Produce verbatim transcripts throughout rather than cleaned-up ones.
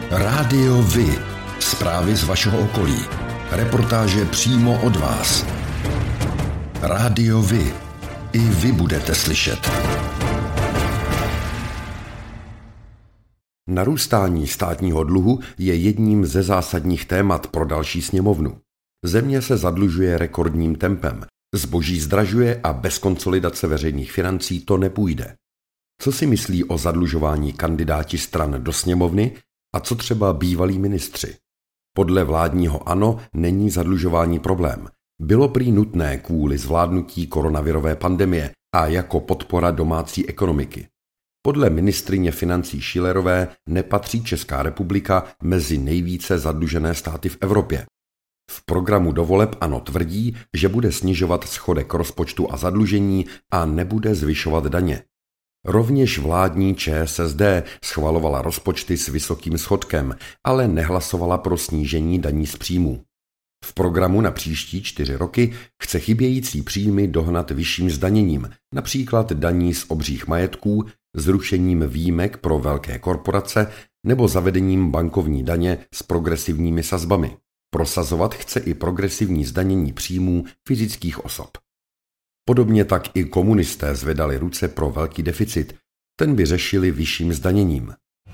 Rádio Vy. Zprávy z vašeho okolí. Reportáže přímo od vás. Rádio Vy. I vy budete slyšet. Narůstání státního dluhu je jedním ze zásadních témat pro další sněmovnu. Země se zadlužuje rekordním tempem, zboží zdražuje a bez konsolidace veřejných financí to nepůjde. Co si myslí o zadlužování kandidáti stran do sněmovny a co třeba bývalí ministři? Podle vládního ANO není zadlužování problém. Bylo prý nutné kvůli zvládnutí koronavirové pandemie a jako podpora domácí ekonomiky. Podle ministryně financí Schillerové nepatří Česká republika mezi nejvíce zadlužené státy v Evropě. V programu do voleb ANO tvrdí, že bude snižovat schodek rozpočtu a zadlužení a nebude zvyšovat daně. Rovněž vládní ČSSD schvalovala rozpočty s vysokým schodkem, ale nehlasovala pro snížení daní z příjmů. V programu na příští čtyři roky chce chybějící příjmy dohnat vyšším zdaněním, například daní z obřích majetků, zrušením výjimek pro velké korporace nebo zavedením bankovní daně s progresivními sazbami. Prosazovat chce i progresivní zdanění příjmů fyzických osob. Podobně tak i komunisté zvedali ruce pro velký deficit, ten by řešili vyšším zdaněním.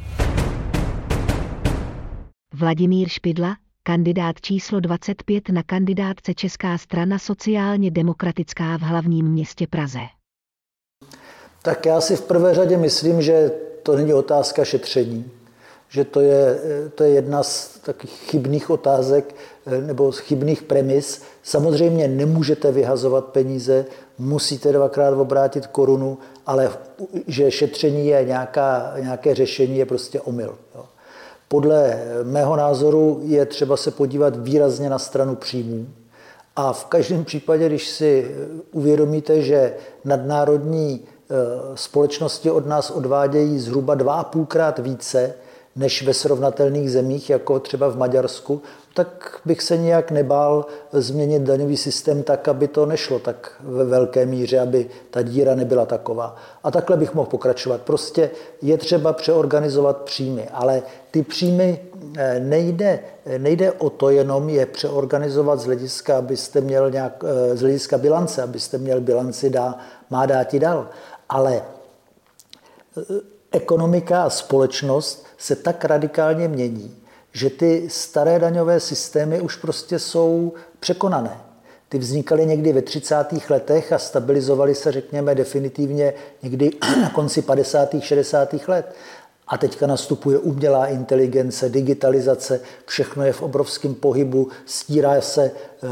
Vladimír Špidla, kandidát číslo dvacet pět na kandidátce Česká strana sociálně demokratická v hlavním městě Praze. Tak já si v prvé řadě myslím, že to není otázka šetření, že to je, to je jedna z takových chybných otázek nebo chybných premis. Samozřejmě nemůžete vyhazovat peníze, musíte dvakrát obrátit korunu, ale že šetření je nějaká, nějaké řešení, je prostě omyl. Jo. Podle mého názoru je třeba se podívat výrazně na stranu příjmů. A v každém případě, když si uvědomíte, že nadnárodní společnosti od nás odvádějí zhruba dva a půlkrát více než ve srovnatelných zemích, jako třeba v Maďarsku, tak bych se nijak nebál změnit daňový systém tak, aby to nešlo tak ve velké míře, aby ta díra nebyla taková. A takhle bych mohl pokračovat. Prostě je třeba přeorganizovat příjmy, ale ty příjmy nejde, nejde o to jenom je přeorganizovat z hlediska, abyste měl nějak, z hlediska bilance, abyste měl bilanci dá, má dát i dal. Ale ekonomika a společnost se tak radikálně mění, že ty staré daňové systémy už prostě jsou překonané. Ty vznikaly někdy ve třicátých letech a stabilizovaly se, řekněme, definitivně někdy na konci padesátých šedesátých let. A teďka nastupuje umělá inteligence, digitalizace, všechno je v obrovském pohybu, stírá se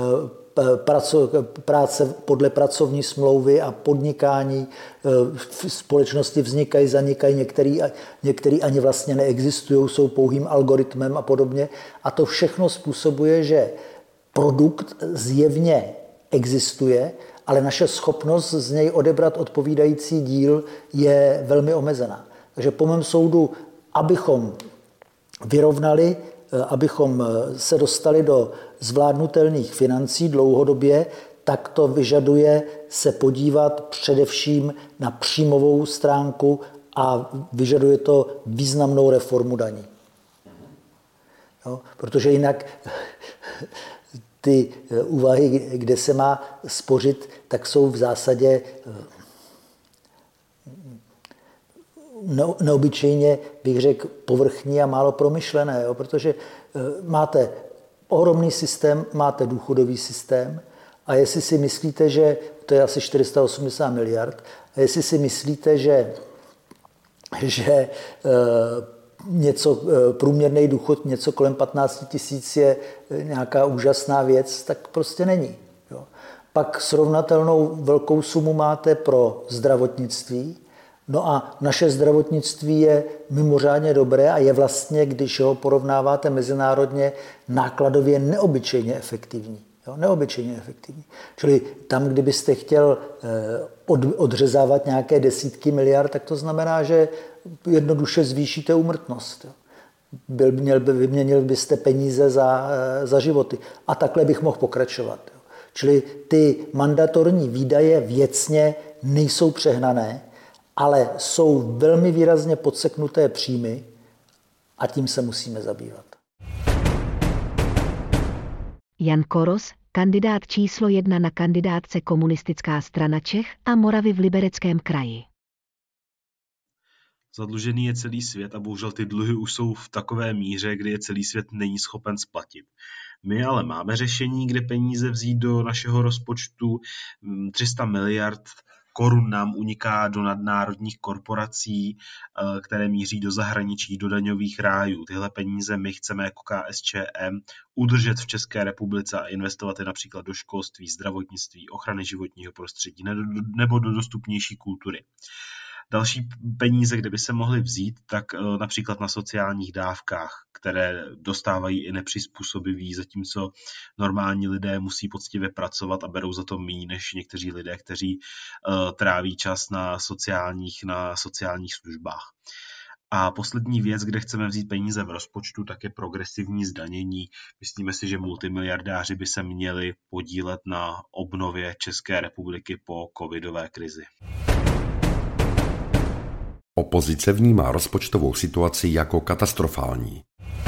práce podle pracovní smlouvy a podnikání. V společnosti vznikají, zanikají, některý, některý ani vlastně neexistují, jsou pouhým algoritmem a podobně. A to všechno způsobuje, že produkt zjevně existuje, ale naše schopnost z něj odebrat odpovídající díl je velmi omezená. Takže po mém soudu, abychom vyrovnali, abychom se dostali do zvládnutelných financí dlouhodobě, tak to vyžaduje se podívat především na příjmovou stránku a vyžaduje to významnou reformu daní. Jo? Protože jinak ty úvahy, kde se má spořit, tak jsou v zásadě neobyčejně, bych řekl, povrchní a málo promyšlené, jo? Protože máte ohromný systém, máte důchodový systém a jestli si myslíte, že to je asi čtyři sta osmdesát miliard, a jestli si myslíte, že, že e, něco, e, průměrný důchod něco kolem patnáct tisíc je nějaká úžasná věc, tak prostě není. Jo? Pak srovnatelnou velkou sumu máte pro zdravotnictví. No a naše zdravotnictví je mimořádně dobré a je vlastně, když ho porovnáváte mezinárodně, nákladově neobyčejně efektivní. Jo, neobyčejně efektivní. Čili tam, kdybyste chtěl od, odřezávat nějaké desítky miliard, tak to znamená, že jednoduše zvýšíte úmrtnost. Jo. Byl, měl by, vyměnil byste peníze za, za životy. A takhle bych mohl pokračovat. Jo. Čili ty mandatorní výdaje věcně nejsou přehnané, ale jsou velmi výrazně podseknuté příjmy A tím se musíme zabývat. Jan Koros, kandidát číslo jedna na kandidátce Komunistická strana Čech a Moravy v Libereckém kraji. Zadlužený je celý svět a bohužel ty dluhy už jsou v takové míře, kdy je celý svět není schopen splatit. My ale máme řešení, kde peníze vzít do našeho rozpočtu. tři sta miliard korun nám uniká do nadnárodních korporací, které míří do zahraničí, do daňových rájů. Tyhle peníze my chceme jako K S Č M udržet v České republice a investovat je například do školství, zdravotnictví, ochrany životního prostředí nebo do dostupnější kultury. Další peníze, kde by se mohly vzít, tak například na sociálních dávkách, které dostávají i nepřizpůsobiví, zatímco normální lidé musí poctivě pracovat a berou za to méně než někteří lidé, kteří uh, tráví čas na sociálních, na sociálních službách. A poslední věc, kde chceme vzít peníze v rozpočtu, tak je progresivní zdanění. Myslíme si, že multimiliardáři by se měli podílet na obnově České republiky po covidové krizi. Opozice vnímá rozpočtovou situaci jako katastrofální.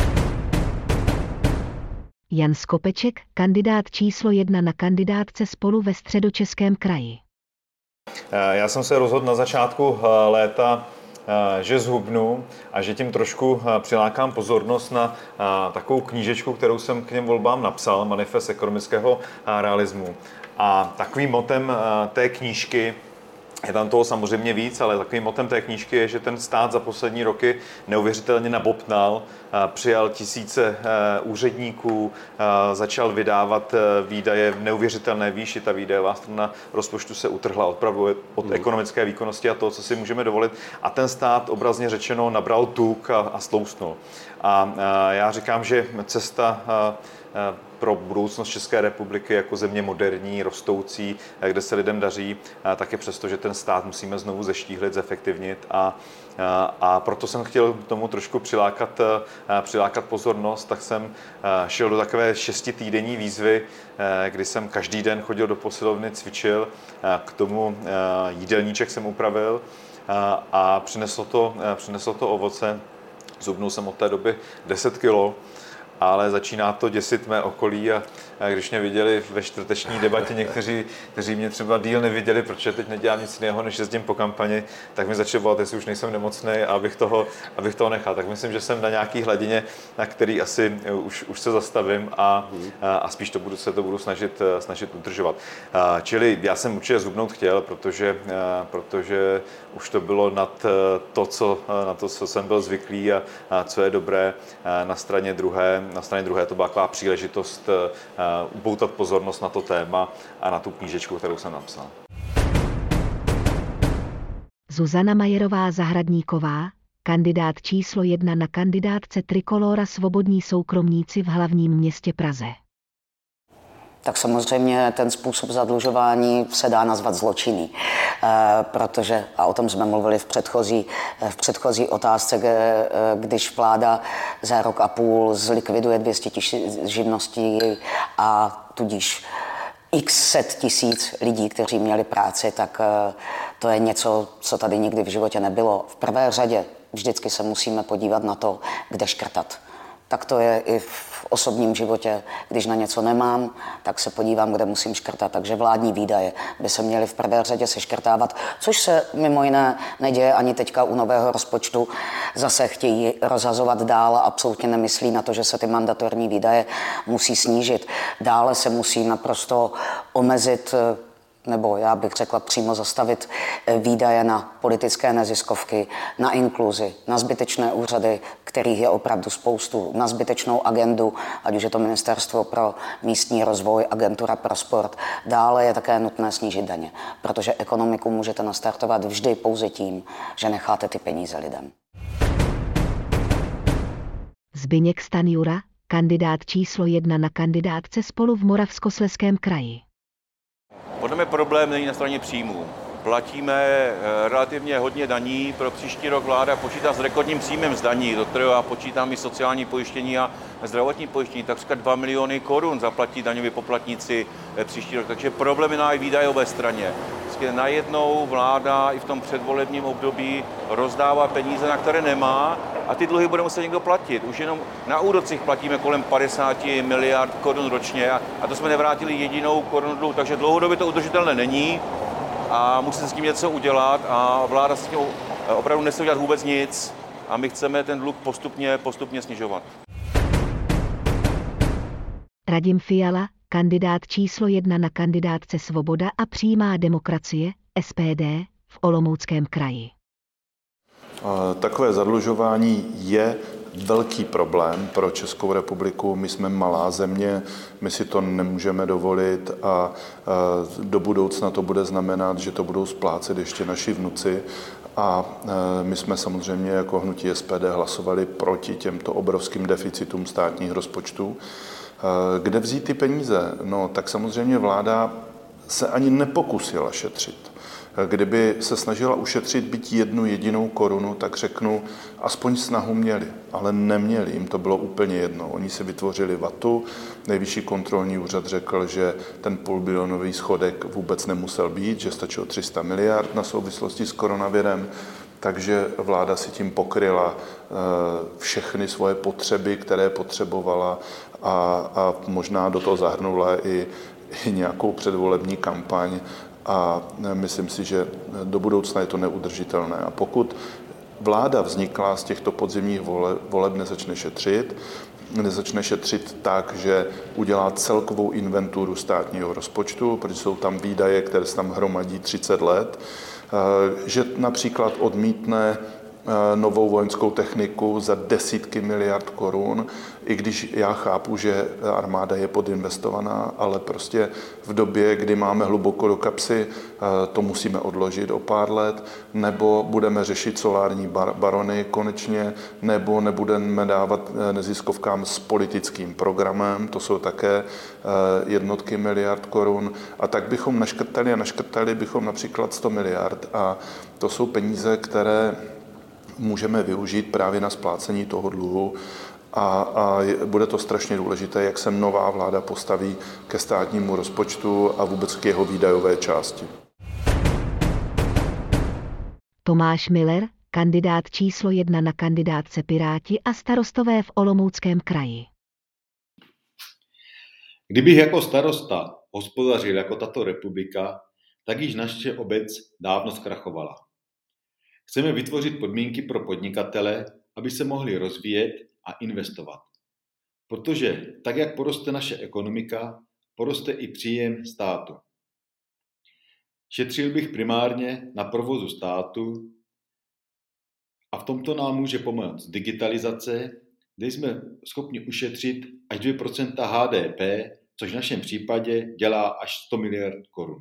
Jan Skopeček, kandidát číslo jedna na kandidátce Spolu ve Středočeském kraji. Já jsem se rozhodl na začátku léta, že zhubnu a že tím trošku přilákám pozornost na takovou knížečku, kterou jsem k něm volbám napsal, Manifest ekonomického realismu. A takovým motem té knížky, je tam toho samozřejmě víc, ale takovým motem té knížky je, že ten stát za poslední roky neuvěřitelně nabobtnal, přijal tisíce úředníků, začal vydávat výdaje v neuvěřitelné výši. Ta výdajová strana rozpočtu se utrhla opravdu od mm. ekonomické výkonnosti a toho, co si můžeme dovolit. A ten stát obrazně řečeno nabral tuk a, a slousnul. A, a já říkám, že cesta a, a, pro budoucnost České republiky jako země moderní, rostoucí, kde se lidem daří, tak je přesto, že ten stát musíme znovu zeštíhlit, zefektivnit a, a, a proto jsem chtěl tomu trošku přilákat, přilákat pozornost, tak jsem šel do takové šestitýdenní výzvy, kdy jsem každý den chodil do posilovny, cvičil, k tomu jídelníček jsem upravil a, a přineslo to, přineslo to ovoce. Zubnul jsem od té doby deset kilo, ale začíná to děsit mé okolí a, a když mě viděli ve čtvrteční debatě někteří, kteří mě třeba díl neviděli, protože teď nedělám nic jiného, než jezdím po kampani, tak mi začali volat, jestli už nejsem nemocný a abych toho, abych toho nechal. Tak myslím, že jsem na nějaký hladině, na který asi už, už se zastavím a, a, a spíš to budu, se to budu snažit, snažit udržovat. A, čili já jsem určitě zhubnout chtěl, protože, a, protože už to bylo nad to, co, na to, co jsem byl zvyklý a, a co je dobré a na straně druhé. Na straně druhé to byla taková příležitost uh, upoutat pozornost na to téma a na tu knížečku, kterou jsem napsal. Zuzana Majerová Zahradníková, kandidát číslo jedna na kandidátce Trikolóra Svobodní soukromníci v hlavním městě Praze. Tak samozřejmě ten způsob zadlužování se dá nazvat zločinný, e, protože, a o tom jsme mluvili v předchozí, v předchozí otázce, kde, když vláda za rok a půl zlikviduje dvě stě tisíc živností a tudíž x set tisíc lidí, kteří měli práci, tak e, to je něco, co tady nikdy v životě nebylo. V prvé řadě vždycky se musíme podívat na to, kde škrtat. Tak to je i v osobním životě. Když na něco nemám, tak se podívám, kde musím škrtat. Takže vládní výdaje by se měly v prvé řadě seškrtávat, což se mimo jiné neděje ani teďka u nového rozpočtu. Zase chtějí rozhazovat dál a absolutně nemyslí na to, že se ty mandatorní výdaje musí snížit. Dále se musí naprosto omezit, nebo já bych řekla přímo zastavit výdaje na politické neziskovky, na inkluzi, na zbytečné úřady, kterých je opravdu spoustu, na zbytečnou agendu, ať už je to Ministerstvo pro místní rozvoj, Agentura pro sport. Dále je také nutné snížit daně, protože ekonomiku můžete nastartovat vždy pouze tím, že necháte ty peníze lidem. Zbyněk Stanjura, kandidát číslo jedna na kandidátce Spolu v Moravskoslezském kraji. Podle mě problém není na straně příjmů. Platíme relativně hodně daní, pro příští rok vláda počítá s rekordním příjmem z daní, do kterého já počítám i sociální pojištění a zdravotní pojištění, takřka dva miliony korun zaplatí daňoví poplatníci příští rok. Takže problém je na výdajové straně. Najednou vláda i v tom předvolebním období rozdává peníze, na které nemá, a ty dluhy bude muset někdo platit. Už jenom na úrocích platíme kolem padesát miliard korun ročně a, a to jsme nevrátili jedinou korunu dluhu, takže dlouhodobě to udržitelné není a musí se s tím něco udělat a vláda s tím opravdu nechce udělat vůbec nic a my chceme ten dluh postupně, postupně snižovat. Radim Fiala, kandidát číslo jedna na kandidátce Svoboda a přímá demokracie, S P D, v Olomouckém kraji. Takové zadlužování je velký problém pro Českou republiku. My jsme malá země, my si to nemůžeme dovolit a do budoucna to bude znamenat, že to budou splácet ještě naši vnuci. A my jsme samozřejmě jako hnutí S P D hlasovali proti těmto obrovským deficitům státních rozpočtů. Kde vzít ty peníze? No tak samozřejmě vláda se ani nepokusila šetřit. Kdyby se snažila ušetřit byť jednu jedinou korunu, tak řeknu, aspoň snahu měli, ale neměli, jim to bylo úplně jedno. Oni si vytvořili vatu, Nejvyšší kontrolní úřad řekl, že ten půlbilionový schodek vůbec nemusel být, že stačilo tři sta miliard na souvislosti s koronavirem, takže vláda si tím pokryla všechny svoje potřeby, které potřebovala a, a možná do toho zahrnula i, i nějakou předvolební kampaň. A myslím si, že do budoucna je to neudržitelné. A pokud vláda vznikla z těchto podzimních voleb, nezačne šetřit, nezačne šetřit tak, že udělá celkovou inventuru státního rozpočtu, protože jsou tam výdaje, které se tam hromadí třicet let, že například odmítne novou vojenskou techniku za desítky miliard korun, i když já chápu, že armáda je podinvestovaná, ale prostě v době, kdy máme hluboko do kapsy, to musíme odložit o pár let, nebo budeme řešit solární barony konečně, nebo nebudeme dávat neziskovkám s politickým programem, to jsou také jednotky miliard korun, a tak bychom naškrtali a naškrtali bychom například sto miliard a to jsou peníze, které můžeme využít právě na splácení toho dluhu a, a bude to strašně důležité, jak se nová vláda postaví ke státnímu rozpočtu a vůbec k jeho výdajové části. Tomáš Miller, kandidát číslo jedna na kandidátce Piráti a Starostové v Olomouckém kraji. Kdybych jako starosta hospodařil jako tato republika, tak již naše obec dávno zkrachovala. Chceme vytvořit podmínky pro podnikatele, aby se mohli rozvíjet a investovat. Protože tak, jak poroste naše ekonomika, poroste i příjem státu. Šetřil bych primárně na provozu státu a v tomto nám může pomoct digitalizace, kde jsme schopni ušetřit až dvě procenta H D P, což v našem případě dělá až sto miliard korun.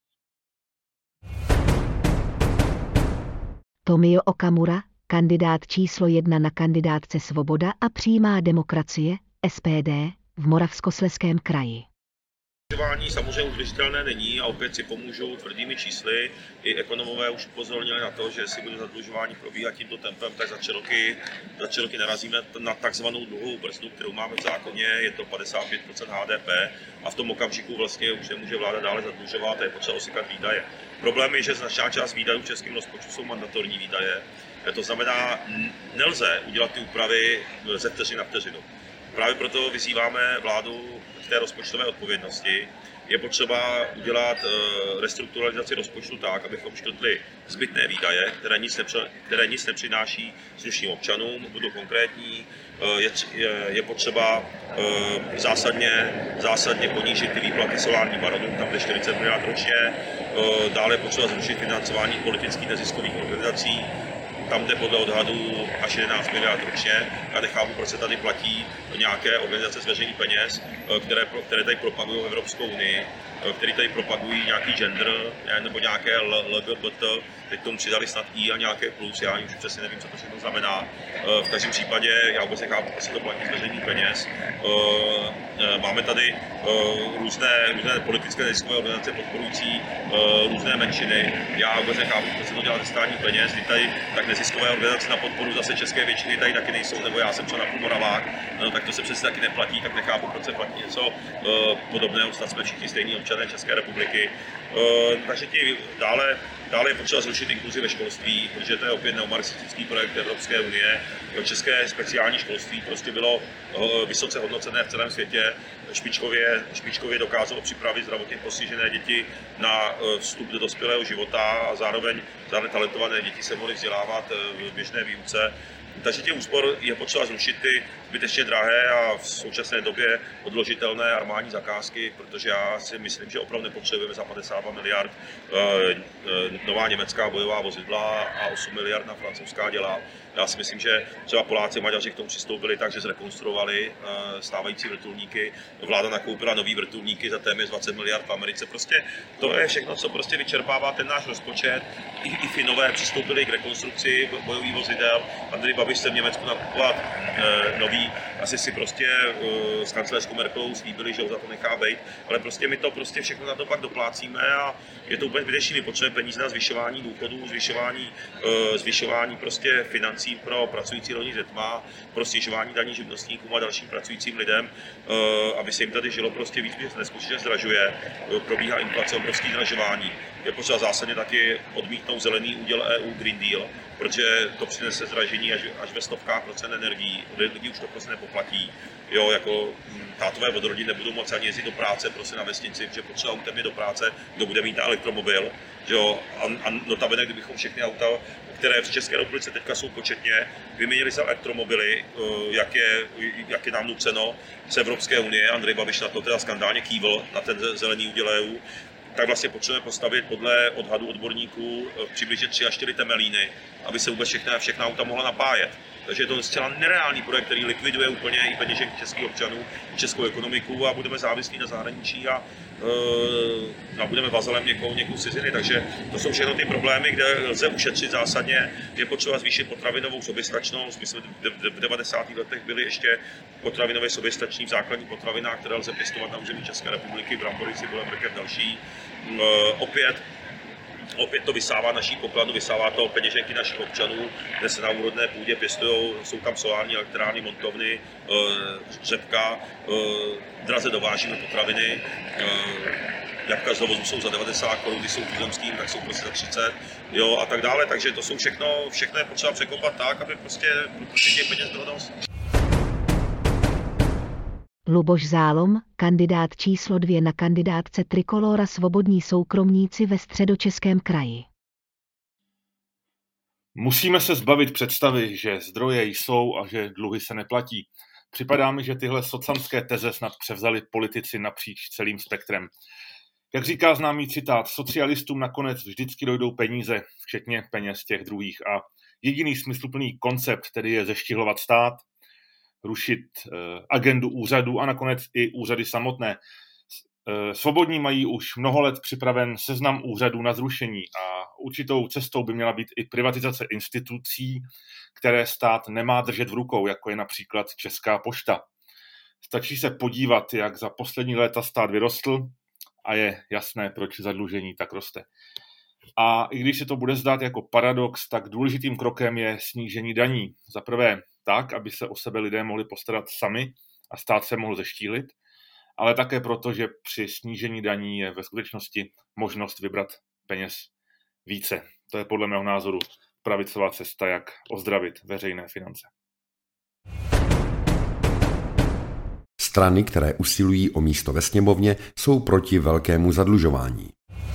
Tomio Okamura, kandidát číslo jedna na kandidátce Svoboda a přímá demokracie, S P D, v Moravskoslezském kraji. Zadlužování samozřejmě udržitelné není a opět si pomůžou tvrdými čísly. I ekonomové už upozornili na to, že jestli bude zadlužování probíhat tímto tempem, tak za tři roky, za tři roky narazíme na takzvanou dluhovou brzdu, kterou máme v zákoně, je to padesát pět procent H D P a v tom okamžiku vlastně už nemůže vláda dále zadlužovat a je potřeba osykat výdaje. Problém je, že značná část výdajů v českém rozpočtu jsou mandatorní výdaje, to znamená, nelze udělat ty úpravy ze vteřiny na vteřinu. Právě proto vyzýváme vládu k té rozpočtové odpovědnosti. Je potřeba udělat restrukturalizaci rozpočtu tak, abychom škrtli zbytné výdaje, které nic, nepři, které nic nepřináší slušným občanům. Budu konkrétní, je, je, je potřeba zásadně, zásadně ponížit ty výplaty solární baronům, tam jde čtyřicet miliard ročně. Dále je potřeba zrušit financování politických neziskových organizací, tam jde podle odhadů až jedenáct miliard ročně. Já nechápu, proč se tady platí nějaké organizace z veřejných peněz, které, které tady propagují Evropskou unii, které tady propagují nějaký gender nebo nějaké L G B T, teď tomu přidali snad I a nějaké plus, já už přesně nevím, co to všechno znamená. V každém případě já vůbec nechápu, proč se to platí z veřejných peněz. Máme tady různé, různé politické neziskové organizace podporující různé menšiny. Já vůbec nechápu, proč se to dělá ze státních peněz, kdy tady tak neziskové organizace na podporu zase české většiny tady taky nejsou, nebo já jsem třeba na Moravák, no, tak to se přece taky neplatí, tak nechápu, proč se platí něco podobného, snad jsme všichni stejní občané České republiky. Takže ti dále Dále je potřeba zrušit inkluzi ve školství, protože to je opět neomarxistický projekt Evropské unie. České speciální školství prostě bylo vysoce hodnocené v celém světě. Špičkově, špičkově dokázalo připravit zdravotně postižené děti na vstup do dospělého života a zároveň, zároveň talentované děti se mohly vzdělávat v běžné výuce. Takže těch úspor je potřeba zrušit ty zbytečně drahé a v současné době odložitelné armádní zakázky, protože já si myslím, že opravdu nepotřebujeme za padesát dva miliard nová německá bojová vozidla a osm miliard na francouzská děla. Já si myslím, že třeba Poláci, Maďaři k tomu přistoupili tak, že zrekonstruovali stávající vrtulníky. Vláda nakoupila nový vrtulníky za téměř dvacet miliard v Americe. Prostě to je všechno, co prostě vyčerpává ten náš rozpočet. I, i Finové přistoupili k rekonstrukci bojových vozidel. Andrej Babiš se v Německu nakupovat e, nový. Asi si prostě e, s kancléřkou Merkelovou slíbili, že ho za to nechá bejt. Ale prostě my to prostě všechno na to pak doplácíme a je to úplně zbytečný. My potřebujeme peníze na zvyšování důchodů, zvyšování, e, zvyšování prostě financí pro pracující rodiny s dětma, pro snižování daní živnostníkům a dalším pracujícím lidem, aby se jim tady žilo prostě víc, protože neskutečně zdražuje, probíhá inflace, obrovské zdražování. Je potřeba zásadně taky odmítnout zelený úděl E U Green Deal, protože to přinese zdražení až, až ve stovkách procent energií, lidi už to prostě nepoplatí. Jo, jako tátové od rodin nebudou moci ani jezdit do práce prostě na vesnici, protože potřeba autem je do práce, kdo bude mít na elektromobil. Jo, a, a notabene, kdybychom všechny auta, které v České republice teďka jsou početně, vyměnili za elektromobily, jak je, jak je nám nuceno z Evropské unie, Andrej Babiš na to teda skandálně kývl, na ten zelený úděl E U, tak vlastně potřebujeme postavit podle odhadu odborníků přibližně tři až čtyři temelíny, aby se vůbec všechna, všechna auta mohla napájet. Takže je to zcela nereálný projekt, který likviduje úplně i peněženky českých občanů, českou ekonomiku a budeme závislí na zahraničí a, e, a budeme vazalem někoho, někoho ciziny. Takže to jsou všechno ty problémy, kde lze ušetřit zásadně. Je potřeba zvýšit potravinovou soběstačnost. My jsme v devadesátých letech byli ještě potravinové soběstační v základních potravinách, které lze pěstovat na území České republiky, brambory, cibule, mrkev, další. E, opět Opět to vysává naší pokladu, vysává to peněženky našich občanů, kde se na úrodné půdě pěstují, jsou tam solární elektrárny, montovny, řepka, draze dovážíme potraviny, jabka z dovozu jsou za devadesát korun, když jsou tuzemským, tak jsou prostě za třicet, jo, a tak dále, takže to jsou všechno, všechno je potřeba překopat tak, aby prostě, prostě těch peněz bylo dost. Luboš Zálom, kandidát číslo dvě na kandidátce Trikolóra Svobodní soukromníci ve Středočeském kraji. Musíme se zbavit představy, že zdroje jsou a že dluhy se neplatí. Připadá mi, že tyhle socanské teze snad převzali politici napříč celým spektrem. Jak říká známý citát, socialistům nakonec vždycky dojdou peníze, včetně peněz těch druhých. A jediný smysluplný koncept tedy je zeštihlovat stát, rušit agendu úřadů a nakonec i úřady samotné. Svobodní mají už mnoho let připraven seznam úřadů na zrušení a určitou cestou by měla být i privatizace institucí, které stát nemá držet v rukou, jako je například Česká pošta. Stačí se podívat, jak za poslední léta stát vyrostl a je jasné, proč zadlužení tak roste. A i když se to bude zdát jako paradox, tak důležitým krokem je snížení daní. Za prvé tak, aby se o sebe lidé mohli postarat sami a stát se mohl zeštíhlit, ale také proto, že při snížení daní je ve skutečnosti možnost vybrat peněz více. To je podle mého názoru pravicová cesta, jak ozdravit veřejné finance. Strany, které usilují o místo ve sněmovně, jsou proti velkému zadlužování.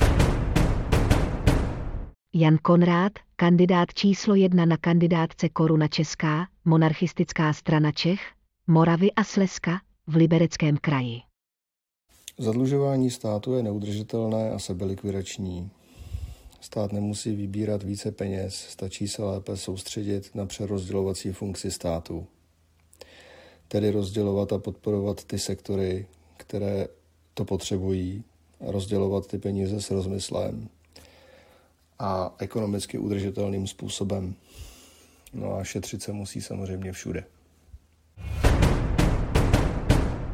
Jan Konrád, kandidát číslo jedna na kandidátce Koruna Česká, monarchistická strana Čech, Moravy a Slezska v Libereckém kraji. Zadlužování státu je neudržitelné a sebelikvidační. Stát nemusí vybírat více peněz, stačí se lépe soustředit na přerozdělovací funkci státu. Tedy rozdělovat a podporovat ty sektory, které to potřebují, a rozdělovat ty peníze s rozmyslem a ekonomicky udržitelným způsobem. No a šetřit se musí samozřejmě všude.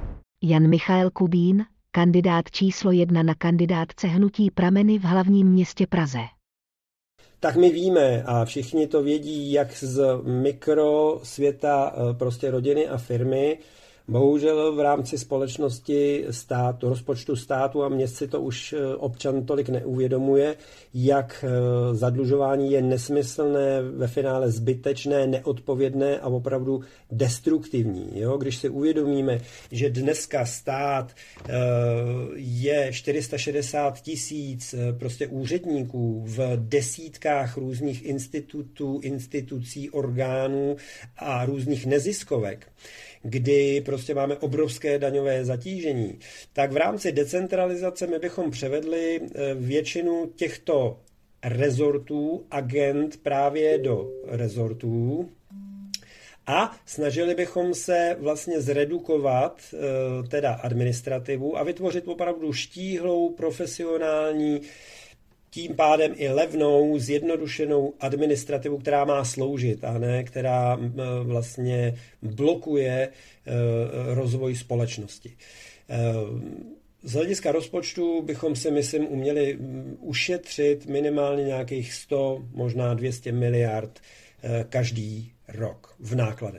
Jan Michael Kubín, kandidát číslo jedna na kandidátce hnutí Prameny v hlavním městě Praze. Tak my víme a všichni to vědí, jak z mikrosvěta prostě rodiny a firmy. Bohužel v rámci společnosti státu, rozpočtu státu a měst si to už občan tolik neuvědomuje, jak zadlužování je nesmyslné, ve finále zbytečné, neodpovědné a opravdu destruktivní. Jo? Když si uvědomíme, že dneska stát je čtyři sta šedesát tisíc prostě úředníků v desítkách různých institutů, institucí, orgánů a různých neziskovek, kdy prostě máme obrovské daňové zatížení, tak v rámci decentralizace my bychom převedli většinu těchto rezortů, agent právě do rezortů a snažili bychom se vlastně zredukovat teda administrativu a vytvořit opravdu štíhlou, profesionální, tím pádem i levnou, zjednodušenou administrativu, která má sloužit a ne která vlastně blokuje rozvoj společnosti. Z hlediska rozpočtu bychom si, myslím, uměli ušetřit minimálně nějakých sto, možná dvě stě miliard každý rok v nákladech.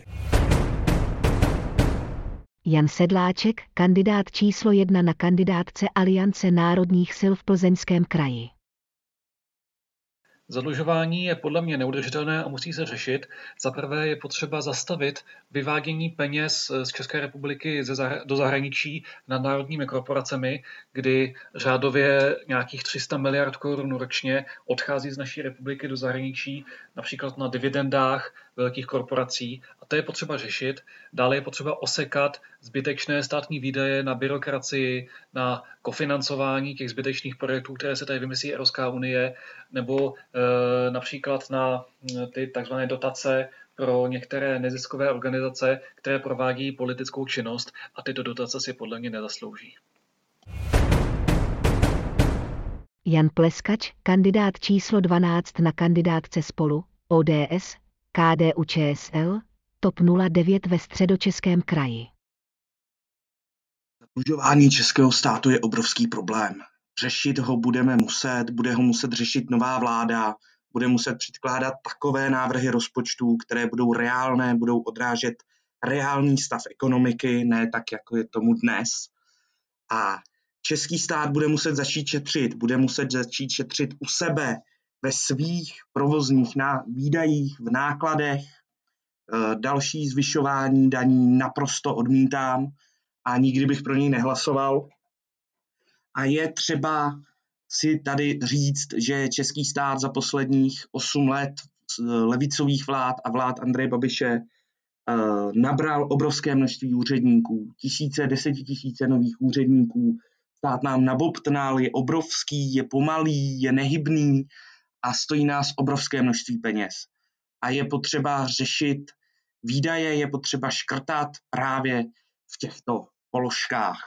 Jan Sedláček, kandidát číslo jedna na kandidátce Aliance národních sil v Plzeňském kraji. Zadlužování je podle mě neudržitelné a musí se řešit. Za prvé je potřeba zastavit vyvádění peněz z České republiky do zahraničí nadnárodními korporacemi, kdy řádově nějakých tři sta miliard korun ročně odchází z naší republiky do zahraničí, například na dividendách velkých korporací. A to je potřeba řešit. Dále je potřeba osekat zbytečné státní výdaje na byrokracii, na kofinancování těch zbytečných projektů, které se tady vymyslí Evropská unie, nebo e, například na ty takzvané dotace pro některé neziskové organizace, které provádí politickou činnost a tyto dotace si podle mě nezaslouží. Jan Pleskač, kandidát číslo dvanáct na kandidátce Spolu, O D S, K D U Č S L, TOP nula devět ve Středočeském kraji. Zadlužování českého státu je obrovský problém. Řešit ho budeme muset, bude ho muset řešit nová vláda, bude muset předkládat takové návrhy rozpočtů, které budou reálné, budou odrážet reálný stav ekonomiky, ne tak, jako je tomu dnes. A český stát bude muset začít šetřit, bude muset začít šetřit u sebe, ve svých provozních výdajích, v nákladech. Další zvyšování daní naprosto odmítám a nikdy bych pro něj nehlasoval. A je třeba si tady říct, že český stát za posledních osm let levicových vlád a vlád Andreje Babiše nabral obrovské množství úředníků, tisíce, desetitisíce nových úředníků. Stát nám nabobtnal, je obrovský, je pomalý, je nehybný a stojí nás obrovské množství peněz. A je potřeba řešit výdaje, je potřeba škrtat právě v těchto položkách.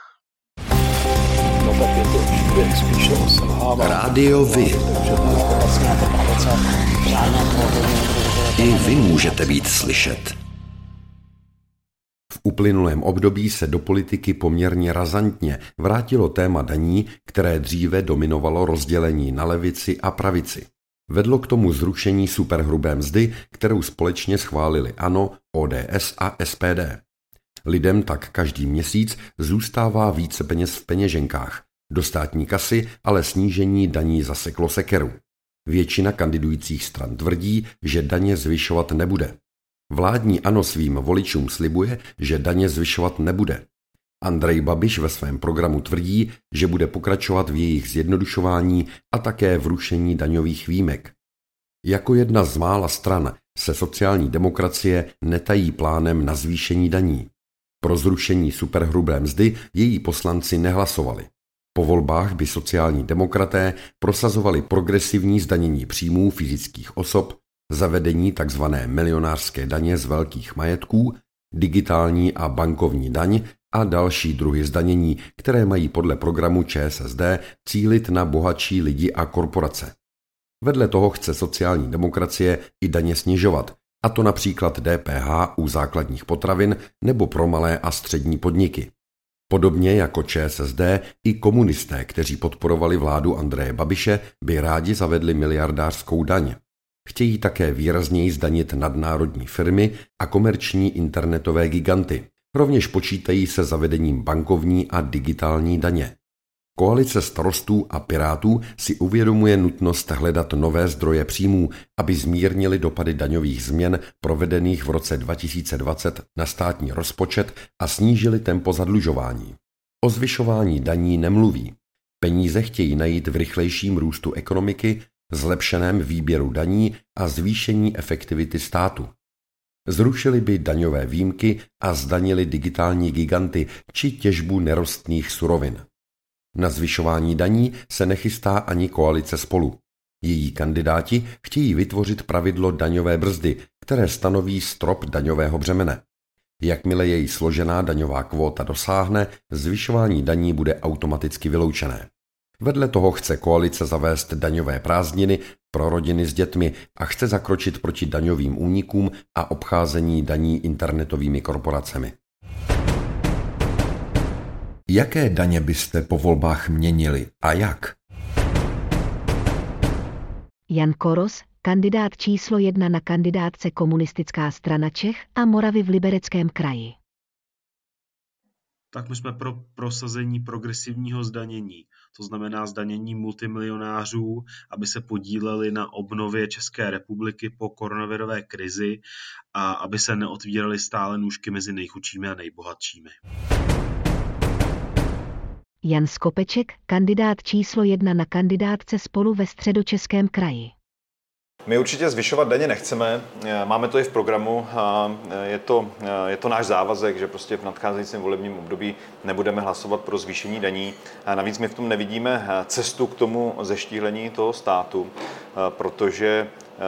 Rádio Vy. I vy můžete být slyšet. V uplynulém období se do politiky poměrně razantně vrátilo téma daní, které dříve dominovalo rozdělení na levici a pravici. Vedlo k tomu zrušení superhrubé mzdy, kterou společně schválili ANO, O D S a S P D. Lidem tak každý měsíc zůstává více peněz v peněženkách. Do státní kasy ale snížení daní zaseklo sekeru. Většina kandidujících stran tvrdí, že daně zvyšovat nebude. Vládní ANO svým voličům slibuje, že daně zvyšovat nebude. Andrej Babiš ve svém programu tvrdí, že bude pokračovat v jejich zjednodušování a také v rušení daňových výjimek. Jako jedna z mála stran se sociální demokracie netají plánem na zvýšení daní. Pro zrušení superhrubé mzdy její poslanci nehlasovali. Po volbách by sociální demokraté prosazovali progresivní zdanění příjmů fyzických osob, zavedení tzv. Milionářské daně z velkých majetků, digitální a bankovní daň a další druhy zdanění, které mají podle programu Č S S D cílit na bohatší lidi a korporace. Vedle toho chce sociální demokracie i daně snižovat, a to například D P H u základních potravin nebo pro malé a střední podniky. Podobně jako ČSSD i komunisté, kteří podporovali vládu Andreje Babiše, by rádi zavedli miliardářskou daň. Chtějí také výrazněji zdanit nadnárodní firmy a komerční internetové giganty. Rovněž počítají se zavedením bankovní a digitální daně. Koalice Starostů a Pirátů si uvědomuje nutnost hledat nové zdroje příjmů, aby zmírnili dopady daňových změn provedených v roce dva tisíce dvacet na státní rozpočet a snížili tempo zadlužování. O zvyšování daní nemluví. Peníze chtějí najít v rychlejším růstu ekonomiky, zlepšeném výběru daní a zvýšení efektivity státu. Zrušili by daňové výjimky a zdanili digitální giganty či těžbu nerostných surovin. Na zvyšování daní se nechystá ani koalice Spolu. Její kandidáti chtějí vytvořit pravidlo daňové brzdy, které stanoví strop daňového břemene. Jakmile její složená daňová kvóta dosáhne, zvyšování daní bude automaticky vyloučené. Vedle toho chce koalice zavést daňové prázdniny pro rodiny s dětmi a chce zakročit proti daňovým únikům a obcházení daní internetovými korporacemi. Jaké daně byste po volbách měnili a jak? Jan Koros, kandidát číslo jedna na kandidátce Komunistická strana Čech a Moravy v Libereckém kraji. Tak my jsme pro prosazení progresivního zdanění, to znamená zdanění multimilionářů, aby se podíleli na obnově České republiky po koronavirové krizi a aby se neotvíraly stále nůžky mezi nejchudšími a nejbohatšími. Jan Skopeček, kandidát číslo jedna na kandidátce Spolu ve Středočeském kraji. My určitě zvyšovat daně nechceme, máme to i v programu, je to, je to náš závazek, že prostě v nadcházejícím volebním období nebudeme hlasovat pro zvýšení daní. Navíc my v tom nevidíme cestu k tomu zeštíhlení toho státu, protože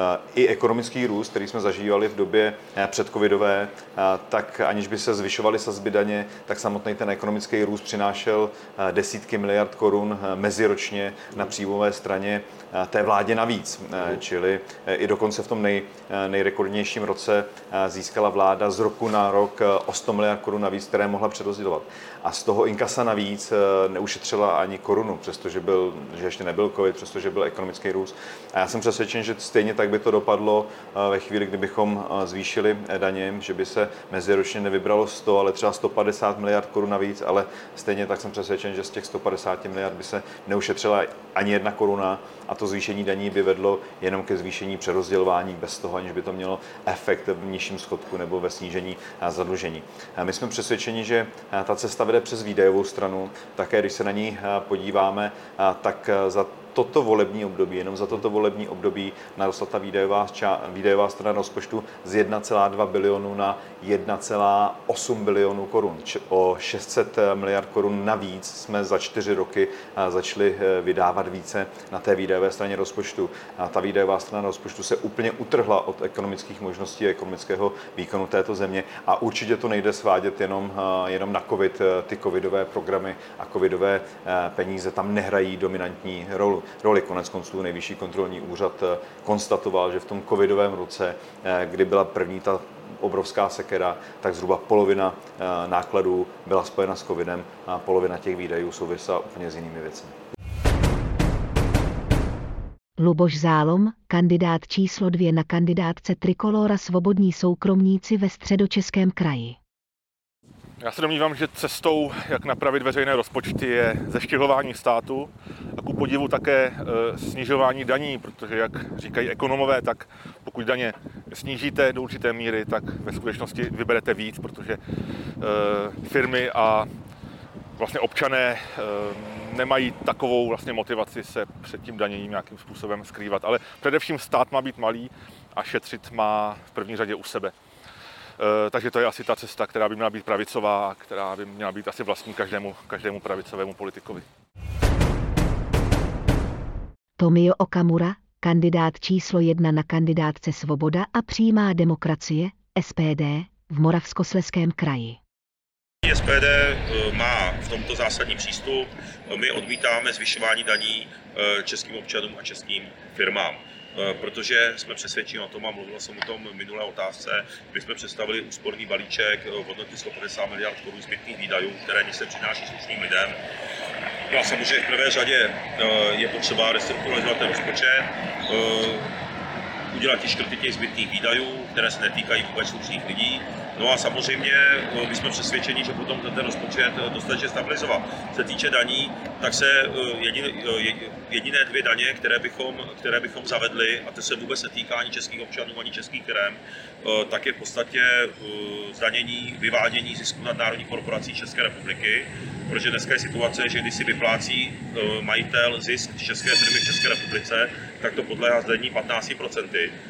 i ekonomický růst, který jsme zažívali v době předcovidové, tak aniž by se zvyšovaly sazby daně, tak samotný ten ekonomický růst přinášel desítky miliard korun meziročně na příjmové straně té vládě navíc. Čili i dokonce v tom nej, nejrekordnějším roce získala vláda z roku na rok o sto miliard korun navíc, které mohla přerozdělovat. A z toho inkasa navíc neušetřila ani korunu, přestože byl, že ještě nebyl covid, přestože byl ekonomický růst. A já jsem přesvědčen, že stejně tak by to dopadlo ve chvíli, kdybychom zvýšili daně, že by se meziročně nevybralo sto, ale třeba sto padesát miliard korun navíc, ale stejně tak jsem přesvědčen, že z těch sto padesát miliard by se neušetřila ani jedna koruna a to zvýšení daní by vedlo jenom ke zvýšení přerozdělování bez toho, aniž by to mělo efekt v nižším schodku nebo ve snížení zadlužení. My jsme přesvědčeni, že ta cesta vede přes výdajovou stranu, také když se na ní podíváme, tak za toto volební období, jenom za toto volební období narostla ta výdajová, výdajová strana rozpočtu z jedna celá dva bilionu na jedna celá osm bilionu korun. O šest set miliard korun navíc jsme za čtyři roky začali vydávat více na té výdajové straně rozpočtu. A ta výdajová strana rozpočtu se úplně utrhla od ekonomických možností a ekonomického výkonu této země a určitě to nejde svádět jenom, jenom na covid, ty covidové programy a covidové peníze tam nehrají dominantní roli. roli. Konec konců Nejvyšší kontrolní úřad konstatoval, že v tom covidovém roce, kdy byla první ta obrovská sekera, tak zhruba polovina nákladů byla spojena s covidem a polovina těch výdajů souvisela úplně s jinými věcmi. Luboš Zálom, kandidát číslo dvě na kandidátce Trikolóra Svobodní soukromníci ve Středočeském kraji. Já se domnívám, že cestou, jak napravit veřejné rozpočty, je zeštíhlování státu a ku podivu také e, snižování daní, protože, jak říkají ekonomové, tak pokud daně snížíte do určité míry, tak ve skutečnosti vyberete víc, protože e, firmy a vlastně občané e, nemají takovou vlastně motivaci se před tím daněním nějakým způsobem skrývat. Ale především stát má být malý a šetřit má v první řadě u sebe. Takže to je asi ta cesta, která by měla být pravicová a která by měla být asi vlastní každému, každému pravicovému politikovi. Tomio Okamura, kandidát číslo jedna na kandidátce Svoboda a přímá demokracie, S P D, v Moravskoslezském kraji. S P D má v tomto zásadní přístup. My odmítáme zvyšování daní českým občanům a českým firmám. protože jsme přesvědčeni o tom, a mluvil jsem o tom minulé otázce, kdy jsme představili úsporný balíček v hodnotě sto padesát miliard korun zbytných výdajů, které se přináší slušným lidem. No a samozřejmě v prvé řadě je potřeba restrukturalizovat ten rozpočet, udělat ty škrty těch zbytných výdajů, které se netýkají vůbec slušných lidí. No a samozřejmě my jsme přesvědčeni, že potom ten rozpočet dostatečně stabilizovat. Co se týče daní, tak se jediné, jediné dvě daně, které bychom, které bychom zavedli, a to se vůbec netýká ani českých občanů, ani českých firem, tak je v podstatě zdanění, vyvádění zisku nadnárodních korporací České republiky, protože dneska je situace, že když si vyplácí majitel zisk české firmy v České republice, tak to podléhá zdanění patnáct procent.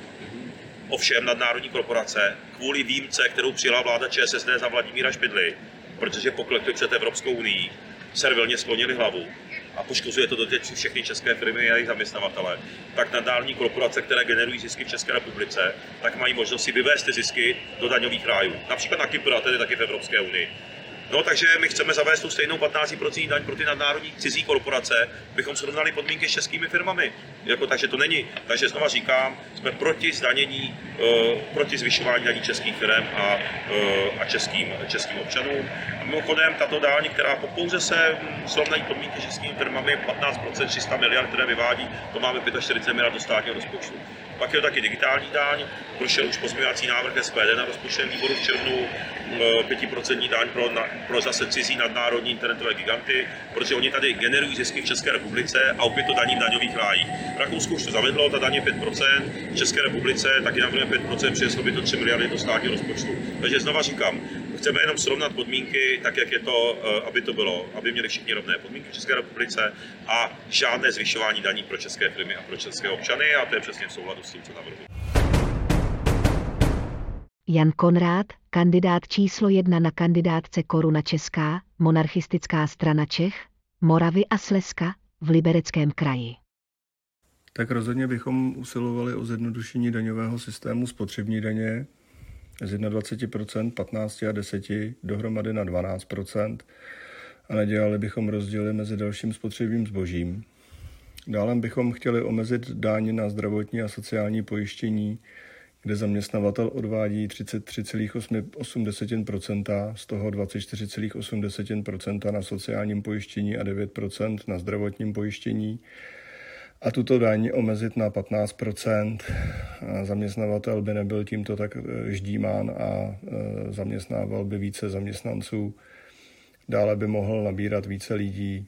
Ovšem nadnárodní korporace kvůli výjimce, kterou přijala vláda ČSSD za Vladimíra Špidly, protože poklekli před Evropskou unií, servilně sklonili hlavu a poškozuje to doteď všechny české firmy a jejich zaměstnavatele, tak nadnárodní korporace, které generují zisky v České republice, tak mají možnost si vyvést ty zisky do daňových rájů. Například na Kypru a tedy taky v Evropské unii. No, takže my chceme zavést tu stejnou patnáct procent daň pro ty nadnárodní cizí korporace, bychom srovnali podmínky s českými firmami. Jako, takže to není. Takže znova říkám, jsme proti zdanění, uh, proti zvyšování daní českých firm a, uh, a českým, českým občanům. A mimochodem, tato daň, která pouze se srovnají podmínky s českými firmami, patnáct procent, tři sta miliard, které vyvádí, to máme čtyřicet pět miliard do státního rozpočtu. Pak je to taky digitální daň, prošel už pozměňovací návrh S P D na rozpočtovém výboru v červnu, pět procent daň pro, na, pro zase cizí nadnárodní internetové giganty, protože oni tady generují zisky v České republice a opět to daní v daňových rájích. V Rakousku už to zavedlo, ta daň je pět procent, v České republice taky navrhujeme pět procent, přineslo by to tři miliardy do státního rozpočtu. Takže znova říkám, chceme jenom srovnat podmínky, tak jak je to, aby to bylo, aby měli všichni rovné podmínky v České republice a žádné zvyšování daní pro české firmy a pro české občany, a to je přesně v souladu s tím, co navrhuji. Jan Konrád, kandidát číslo jedna na kandidátce Koruna Česká, monarchistická strana Čech, Moravy a Slezska v Libereckém kraji. Tak rozhodně bychom usilovali o zjednodušení daňového systému spotřební daně z dvacet jedna procent, patnáct a deset dohromady na dvanáct procent a nedělali bychom rozdíly mezi dalším spotřebním zbožím. Dále bychom chtěli omezit daň na zdravotní a sociální pojištění, kde zaměstnavatel odvádí třicet tři celá osm procenta, z toho dvacet čtyři celá osm procenta na sociálním pojištění a devět procent na zdravotním pojištění. A tuto daň omezit na patnáct procent. Zaměstnavatel by nebyl tímto tak ždímán a zaměstnával by více zaměstnanců. Dále by mohl nabírat více lidí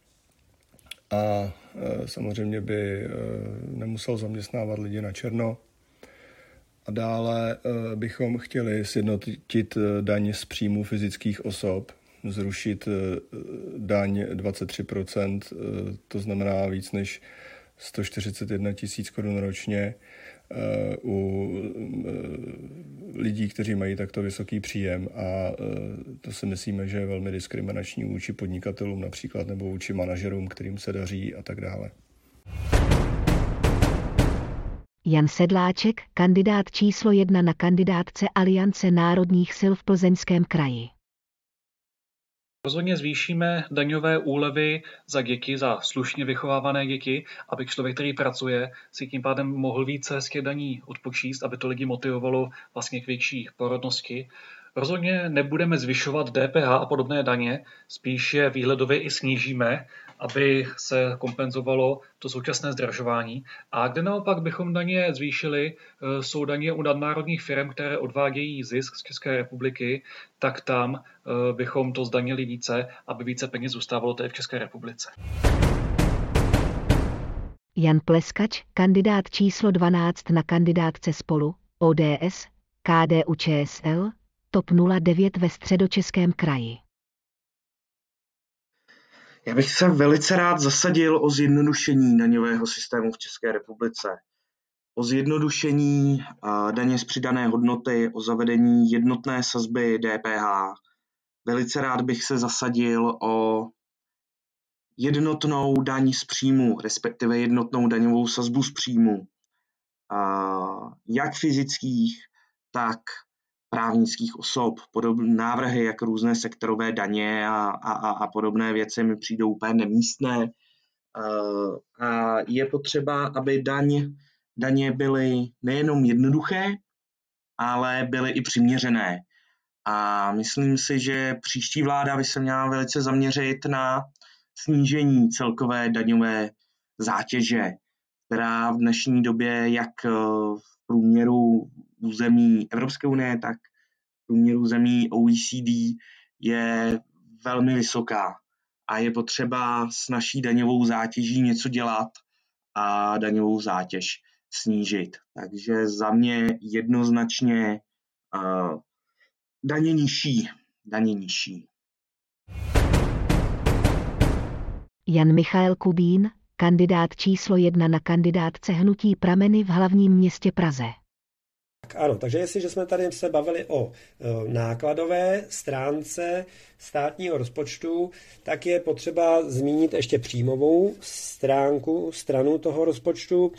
a samozřejmě by nemusel zaměstnávat lidi na černo. A dále bychom chtěli sjednotit daň z příjmu fyzických osob, zrušit daň dvacet tři procent, to znamená víc než sto čtyřicet jedna tisíc korun ročně u lidí, kteří mají takto vysoký příjem, a to si myslíme, že je velmi diskriminační vůči podnikatelům například nebo vůči manažerům, kterým se daří a tak dále. Jan Sedláček, kandidát číslo jedna na kandidátce Aliance národních sil v Plzeňském kraji. Rozhodně zvýšíme daňové úlevy za děti, za slušně vychovávané děti, aby člověk, který pracuje, si tím pádem mohl více z těch daní odpočíst, aby to lidi motivovalo vlastně k větší porodnosti. Rozhodně nebudeme zvyšovat D P H a podobné daně, spíš je výhledově i snížíme, aby se kompenzovalo to současné zdražování. A kde naopak bychom daně zvýšili, jsou daně u nadnárodních firm, které odvádějí zisk z České republiky, tak tam bychom to zdanili více, aby více peněz zůstávalo tady v České republice. Jan Pleskač, kandidát číslo dvanáct na kandidátce Spolu, O D S, K D U Č S L, TOP nula devět ve Středočeském kraji. Já bych se velice rád zasadil o zjednodušení daňového systému v České republice. O zjednodušení daně z přidané hodnoty, o zavedení jednotné sazby D P H. Velice rád bych se zasadil o jednotnou daň z příjmu, respektive jednotnou daňovou sazbu z příjmu. Jak fyzických, tak právnických osob. Podobné návrhy, jak různé sektorové daně a, a, a podobné věci mi přijdou úplně nemístné. A je potřeba, aby daň daně byly nejenom jednoduché, ale byly i přiměřené. A myslím si, že příští vláda by se měla velice zaměřit na snížení celkové daňové zátěže, která v dnešní době jak v průměru území Evropské unie, tak v průměru zemí O E C D je velmi vysoká. A je potřeba s naší daňovou zátěží něco dělat a daňovou zátěž snížit. Takže za mě jednoznačně uh, daně nižší, daně nižší. Jan Michael Kubín, kandidát číslo jedna na kandidátce hnutí Prameny v hlavním městě Praze. Tak ano, takže jestliže jsme tady se bavili o e, nákladové stránce státního rozpočtu, tak je potřeba zmínit ještě příjmovou stránku, stranu toho rozpočtu.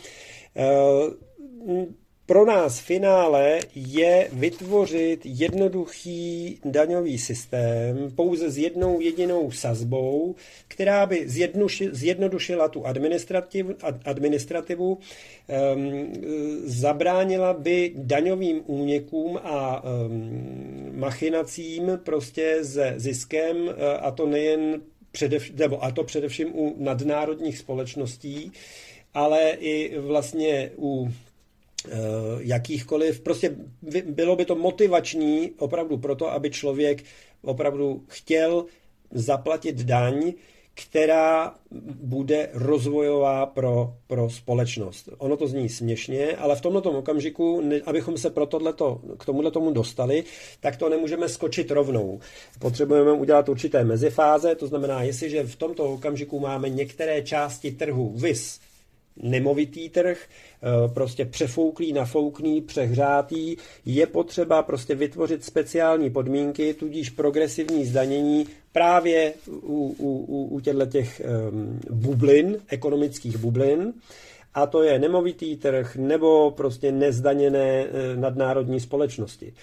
E, Pro nás v finále je vytvořit jednoduchý daňový systém pouze s jednou jedinou sazbou, která by zjednodušila tu administrativu, administrativu um, zabránila by daňovým únikům a um, machinacím prostě se ziskem, a to nejen předev, nebo a to především u nadnárodních společností, ale i vlastně u jakýchkoliv, prostě bylo by to motivační opravdu proto, aby člověk opravdu chtěl zaplatit daň, která bude rozvojová pro, pro společnost. Ono to zní směšně, ale v tomto okamžiku, abychom se pro tohleto, k tomuhle tomu dostali, tak to nemůžeme skočit rovnou. Potřebujeme udělat určité mezifáze, to znamená, jestliže v tomto okamžiku máme některé části trhu vis, nemovitý trh, prostě přefouklý, nafouklý, přehřátý, je potřeba prostě vytvořit speciální podmínky, tudíž progresivní zdanění právě u, u, u těchto těch um, bublin, ekonomických bublin, a to je nemovitý trh nebo prostě nezdaněné nadnárodní společnosti.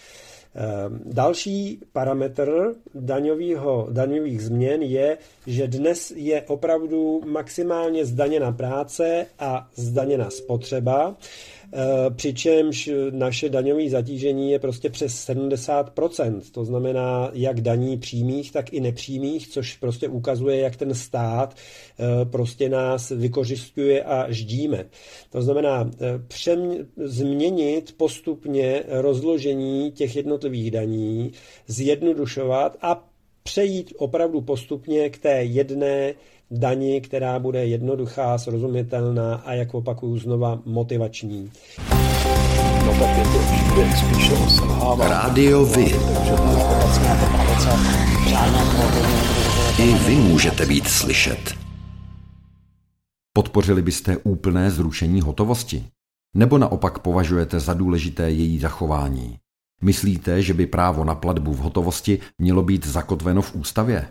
Další parametr daňovýho, daňových změn je, že dnes je opravdu maximálně zdaněna práce a zdaněna spotřeba, přičemž naše daňové zatížení je prostě přes sedmdesát procent, to znamená jak daní přímých, tak i nepřímých, což prostě ukazuje, jak ten stát prostě nás vykořisťuje a ždíme. To znamená přem, změnit postupně rozložení těch jednotlivých daní, zjednodušovat a přejít opravdu postupně k té jedné dani, která bude jednoduchá, srozumitelná a, jak opakuju znova, motivační. No tak je to příběh spíš o selhávání. Rádio Vy. I vy můžete být slyšet. Podpořili byste úplné zrušení hotovosti? Nebo naopak považujete za důležité její zachování? Myslíte, že by právo na platbu v hotovosti mělo být zakotveno v ústavě?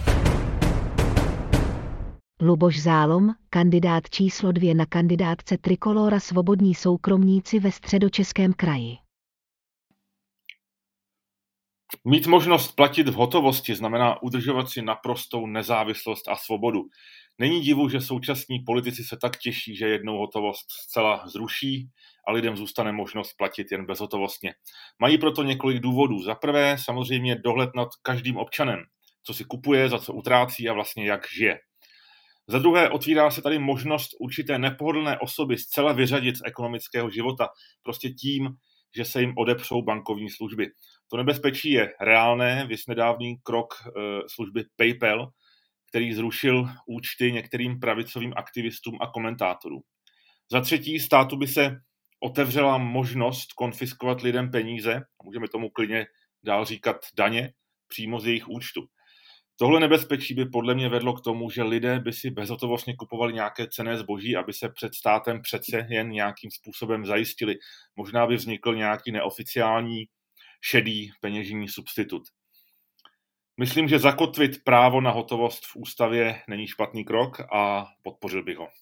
Luboš Zálom, kandidát číslo dvě na kandidátce Trikolóra Svobodní soukromníci ve Středočeském kraji. Mít možnost platit v hotovosti znamená udržovat si naprostou nezávislost a svobodu. Není divu, že současní politici se tak těší, že jednou hotovost zcela zruší a lidem zůstane možnost platit jen bezhotovostně. Mají proto několik důvodů. Za prvé samozřejmě dohled nad každým občanem, co si kupuje, za co utrácí a vlastně jak žije. Za druhé otvírá se tady možnost určité nepohodlné osoby zcela vyřadit z ekonomického života prostě tím, že se jim odepřou bankovní služby. To nebezpečí je reálné, viz nedávný krok e, služby PayPal, který zrušil účty některým pravicovým aktivistům a komentátorům. Za třetí, státu by se otevřela možnost konfiskovat lidem peníze, můžeme tomu klidně dál říkat daně, přímo z jejich účtu. Tohle nebezpečí by podle mě vedlo k tomu, že lidé by si bezhotovostně kupovali nějaké cenné zboží, aby se před státem přece jen nějakým způsobem zajistili. Možná by vznikl nějaký neoficiální šedý peněžní substitut. Myslím, že zakotvit právo na hotovost v ústavě není špatný krok a podpořil bych ho.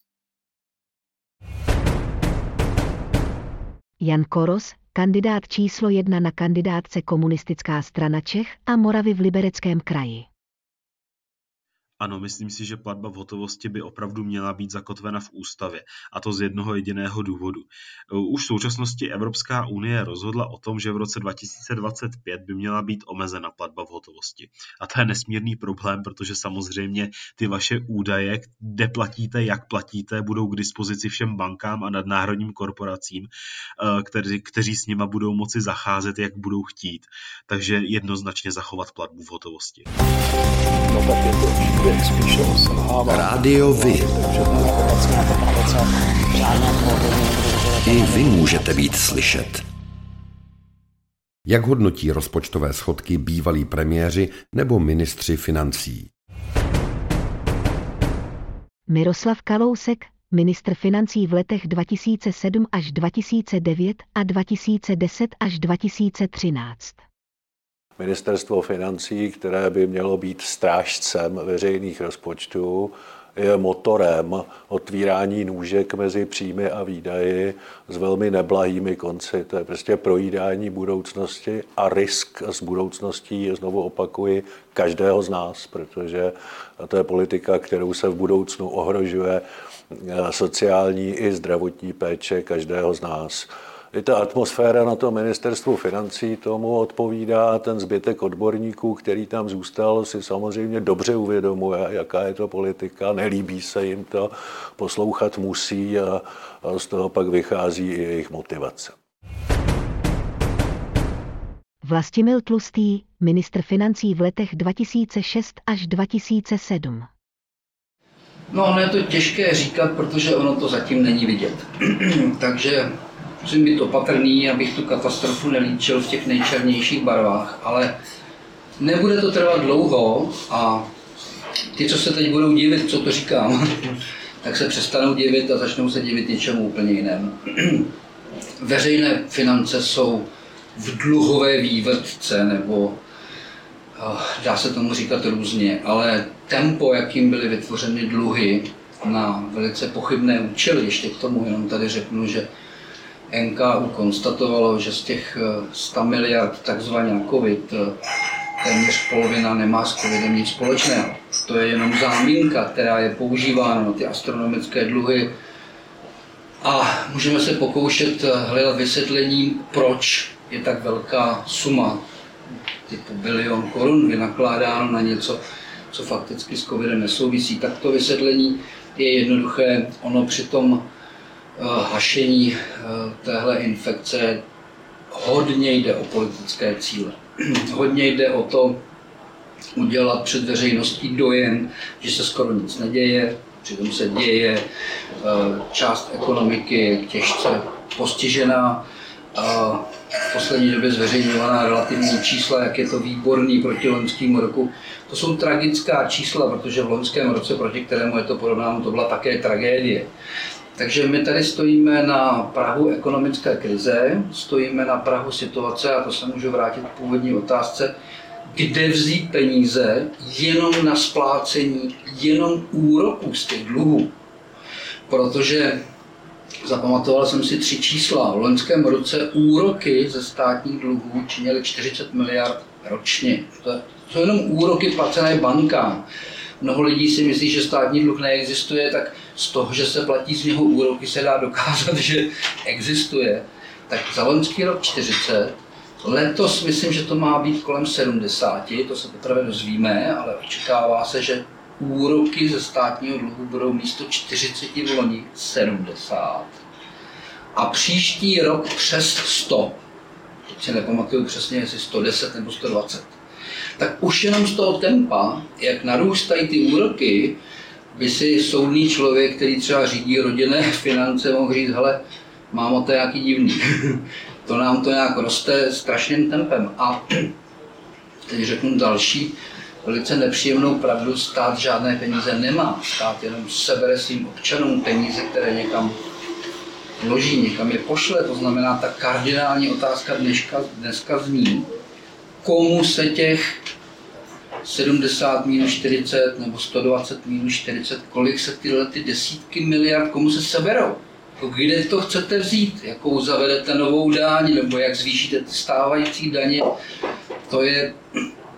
Jan Koros, kandidát číslo jedna na kandidátce Komunistická strana Čech a Moravy v Libereckém kraji. Ano, myslím si, že platba v hotovosti by opravdu měla být zakotvena v ústavě, a to z jednoho jediného důvodu. Už v současnosti Evropská unie rozhodla o tom, že v roce dva tisíce dvacet pět by měla být omezena platba v hotovosti. A to je nesmírný problém, protože samozřejmě ty vaše údaje, kde platíte, jak platíte, budou k dispozici všem bankám a nadnárodním korporacím, kteří, kteří s nima budou moci zacházet, jak budou chtít. Takže jednoznačně zachovat platbu v hotovosti. No, tak je to spíš Rádio Vy. I vy můžete být slyšet. Jak hodnotí rozpočtové schodky bývalí premiéři nebo ministři financí? Miroslav Kalousek, ministr financí v letech dva tisíce sedm až dva tisíce devět a dva tisíce deset až dva tisíce třináct. Ministerstvo financí, které by mělo být strážcem veřejných rozpočtů, je motorem otvírání nůžek mezi příjmy a výdaji s velmi neblahými konci. To je prostě projídání budoucnosti a risk s budoucností, znovu opakuji, každého z nás, protože to je politika, kterou se v budoucnu ohrožuje sociální i zdravotní péče každého z nás. I ta atmosféra na tom ministerstvu financí tomu odpovídá, ten zbytek odborníků, který tam zůstal, si samozřejmě dobře uvědomuje, jaká je to politika, nelíbí se jim to, poslouchat musí a, a z toho pak vychází i jejich motivace. Vlastimil Tlustý, ministr financí v letech dva tisíce šest až dva tisíce sedm. No, ono je to těžké říkat, protože ono to zatím není vidět. Takže musím být opatrný, abych tu katastrofu nelíčil v těch nejčernějších barvách, ale nebude to trvat dlouho a ty, co se teď budou divit, co to říkám, tak se přestanou divit a začnou se divit něčemu úplně jinému. Veřejné finance jsou v dluhové vývrtce, nebo dá se tomu říkat různě, ale tempo, jakým byly vytvořeny dluhy na velice pochybné účely, ještě k tomu jenom tady řeknu, že N K U konstatovalo, že z těch sto miliard takzvaně na COVID téměř polovina nemá s covidem nic společného. To je jenom záminka, která je používána na ty astronomické dluhy. A můžeme se pokoušet hledat vysvětlení, proč je tak velká suma, typu bilion korun, vynakládáno na něco, co fakticky s covidem nesouvisí. Tak to vysvětlení je jednoduché. Ono při tom hašení téhle infekce hodně jde o politické cíle. Hodně jde o to udělat před veřejností dojem, že se skoro nic neděje, přitom se děje, část ekonomiky je těžce postižená. V poslední době zveřejňovaná relativní čísla, jak je to výborný proti loňskému roku. To jsou tragická čísla, protože v loňském roce, proti kterému je to porovnáno, to byla také tragédie. Takže my tady stojíme na prahu ekonomické krize, stojíme na prahu situace, a to se můžu vrátit k původní otázce, kde vzít peníze jenom na splácení, jenom úroků z těch dluhů. Protože zapamatoval jsem si tři čísla. V loňském roce úroky ze státních dluhů činily čtyřicet miliard ročně. To jsou jenom úroky placené bankám. Mnoho lidí si myslí, že státní dluh neexistuje, tak z toho, že se platí z něho úroky, se dá dokázat, že existuje. Tak za loňský rok čtyřicet, letos myslím, že to má být kolem sedmdesát, to se teprve dozvíme, ale očekává se, že úroky ze státního dluhu budou místo čtyřicet v loni sedmdesát. A příští rok přes sto. Teď si nepamatuju přesně, jestli sto deset nebo sto dvacet. Tak už jenom z toho tempa, jak narůstají ty úroky, by si soudný člověk, který třeba řídí rodinné finance, mohl říct, hele, mámo, to je nějaký divný. To nám to nějak roste strašným tempem. A teď řeknu další, velice nepříjemnou pravdu, stát žádné peníze nemá. Stát jenom sebere svým občanům peníze, které někam vloží, někam je pošle. To znamená, ta kardinální otázka dneška, dneska zní, komu se těch sedmdesát minus čtyřicet nebo sto dvacet minus čtyřicet, kolik se tyhle ty desítky miliard, komu se seberou? Kde to chcete vzít? Jakou zavedete novou daň, nebo jak zvýšíte ty stávající daně? To je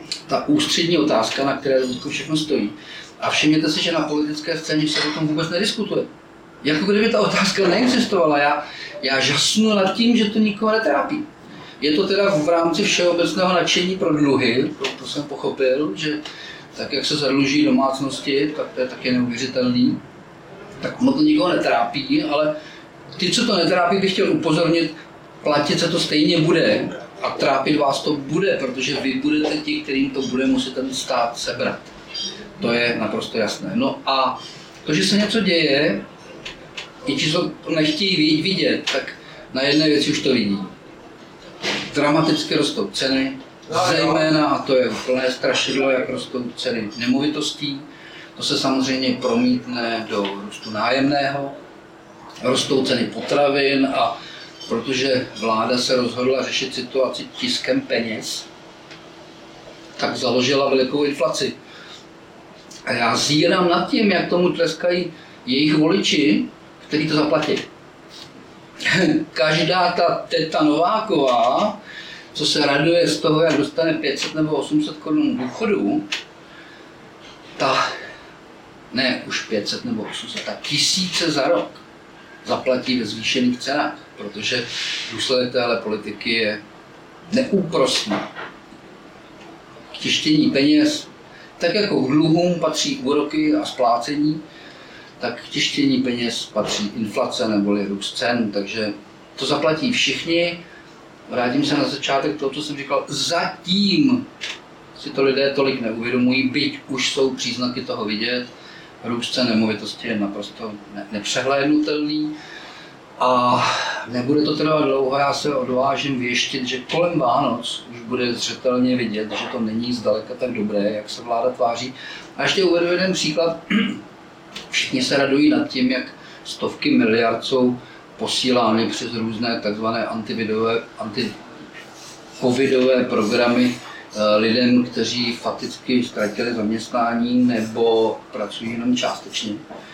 ta ústřední otázka, na které to všechno stojí. A všimněte si, že na politické scéně se o tom vůbec nediskutuje. Jako kdyby ta otázka neexistovala. Já, já žasnu nad tím, že to nikoho netrápí. Je to teda v rámci všeobecného nadšení pro dluhy, to, to jsem pochopil, že tak, jak se zadluží domácnosti, tak to je taky neuvěřitelný. Tak ono to nikoho netrápí, ale ty, co to netrápí, bych chtěl upozornit, platit se to stejně bude a trápit vás to bude, protože vy budete ti, kterým to bude muset ten stát sebrat. To je naprosto jasné. No a to, že se něco děje, i ti, co to nechtějí vidět, tak na jedné věci už to vidí. Dramaticky rostou ceny, zejména, a to je úplné strašidlo, jak rostou ceny nemovitostí. To se samozřejmě promítne do růstu nájemného, rostou ceny potravin a protože vláda se rozhodla řešit situaci tiskem peněz, tak založila velikou inflaci. A já zírám nad tím, jak tomu tleskají jejich voliči, kteří to zaplatí. Každá ta teta Nováková, co se raduje z toho, jak dostane pět set nebo osm set korun důchodu, ta, ne už pět set nebo osm set, ta tisíce za rok zaplatí ve zvýšených cenách, protože důsledek téhle politiky je neúprosný. K tištění peněz, tak jako k dluhům patří úroky a splácení, tak k tištění peněz patří inflace neboli růst cen, takže to zaplatí všichni. Vrátím se na začátek toho, co jsem říkal. Zatím si to lidé tolik neuvědomují, byť už jsou příznaky toho vidět. Růst cen nemovitosti je naprosto nepřehlédnutelný. A nebude to trvat dlouho, já se odvážím věštit, že kolem Vánoc už bude zřetelně vidět, že to není zdaleka tak dobré, jak se vláda tváří. A ještě uvedu jeden příklad. Všichni se radují nad tím, jak stovky miliard jsou posílány přes různé tzv. antividové, anti-covidové programy lidem, kteří fakticky ztratili zaměstnání nebo pracují jenom částečně.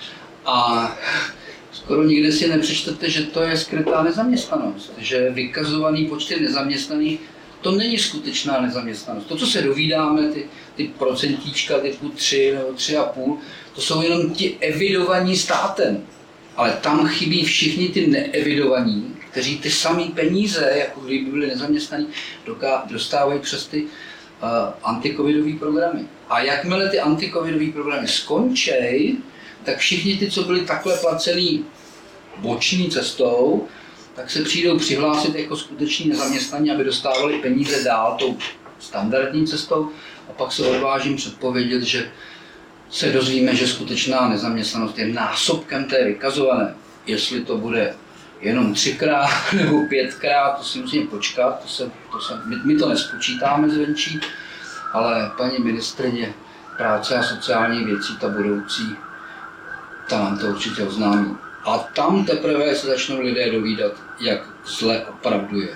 A skoro nikde si nepřečtete, že to je skrytá nezaměstnanost, že vykazovaný počty nezaměstnaných, to není skutečná nezaměstnanost. To, co se dovídáme, ty, ty procentíčka typu tři nebo tři a půl, to jsou jenom ti evidovaní státem. Ale tam chybí všichni ty neevidovaní, kteří ty samé peníze, jako kdyby byli nezaměstnaní, dostávají přes ty uh, antikovidové programy. A jakmile ty antikovidové programy skončí, tak všichni ty, co byli takhle placený boční cestou, tak se přijdou přihlásit jako skuteční nezaměstnaní, aby dostávali peníze dál tou standardní cestou. A pak se odvážím předpovědět, že se dozvíme, že skutečná nezaměstnanost je násobkem té vykazované. Jestli to bude jenom třikrát nebo pětkrát, to si musíme počkat, to se, to se, my, my to nespočítáme zvenčí, ale paní ministryně práce a sociálních věcí, ta budoucí, ta nám to určitě oznámí. A tam teprve se začnou lidé dovídat, jak zle opravdu je.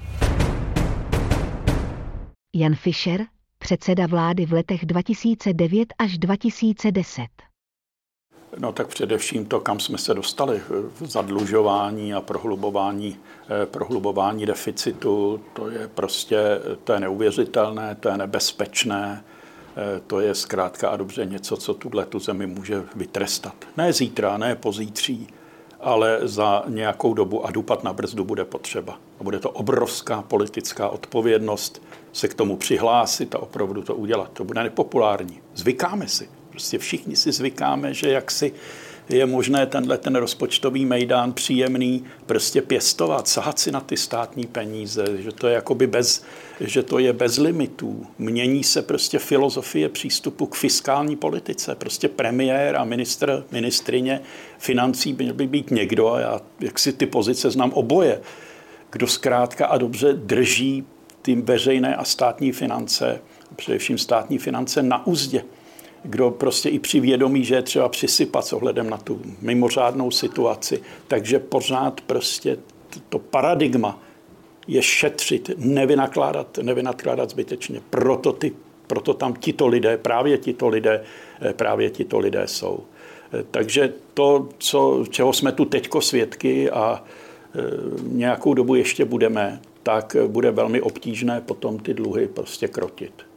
Jan Fischer, předseda vlády v letech dva tisíce devět až dva tisíce deset. No tak především to, kam jsme se dostali, v zadlužování a prohlubování, prohlubování deficitu, to je prostě, to je neuvěřitelné, to je nebezpečné, to je zkrátka a dobře něco, co tuhle tu zemi může vytrestat. Ne zítra, ne pozítří, ale za nějakou dobu a dupat na brzdu bude potřeba. A bude to obrovská politická odpovědnost se k tomu přihlásit a opravdu to udělat. To bude nepopulární. Zvykáme si. Prostě všichni si zvykáme, že jaksi je možné tenhle ten rozpočtový mejdán příjemný prostě pěstovat, sahat si na ty státní peníze, že to je jakoby bez, že to je bez limitů. Mění se prostě filozofie přístupu k fiskální politice. Prostě premiér a ministr, ministrině financí by měl by být někdo, a já jak si ty pozice znám oboje, kdo zkrátka a dobře drží ty veřejné a státní finance, především státní finance na uzdě. Kdo prostě i při vědomí, že je třeba přisypat s ohledem na tu mimořádnou situaci. Takže pořád prostě to paradigma je šetřit, nevynakládat, nevynakládat zbytečně. Proto, ty, proto tam tito lidé, právě tito lidé, právě tito lidé jsou. Takže to, co, čeho jsme tu teďko svědky a nějakou dobu ještě budeme, tak bude velmi obtížné potom ty dluhy prostě krotit.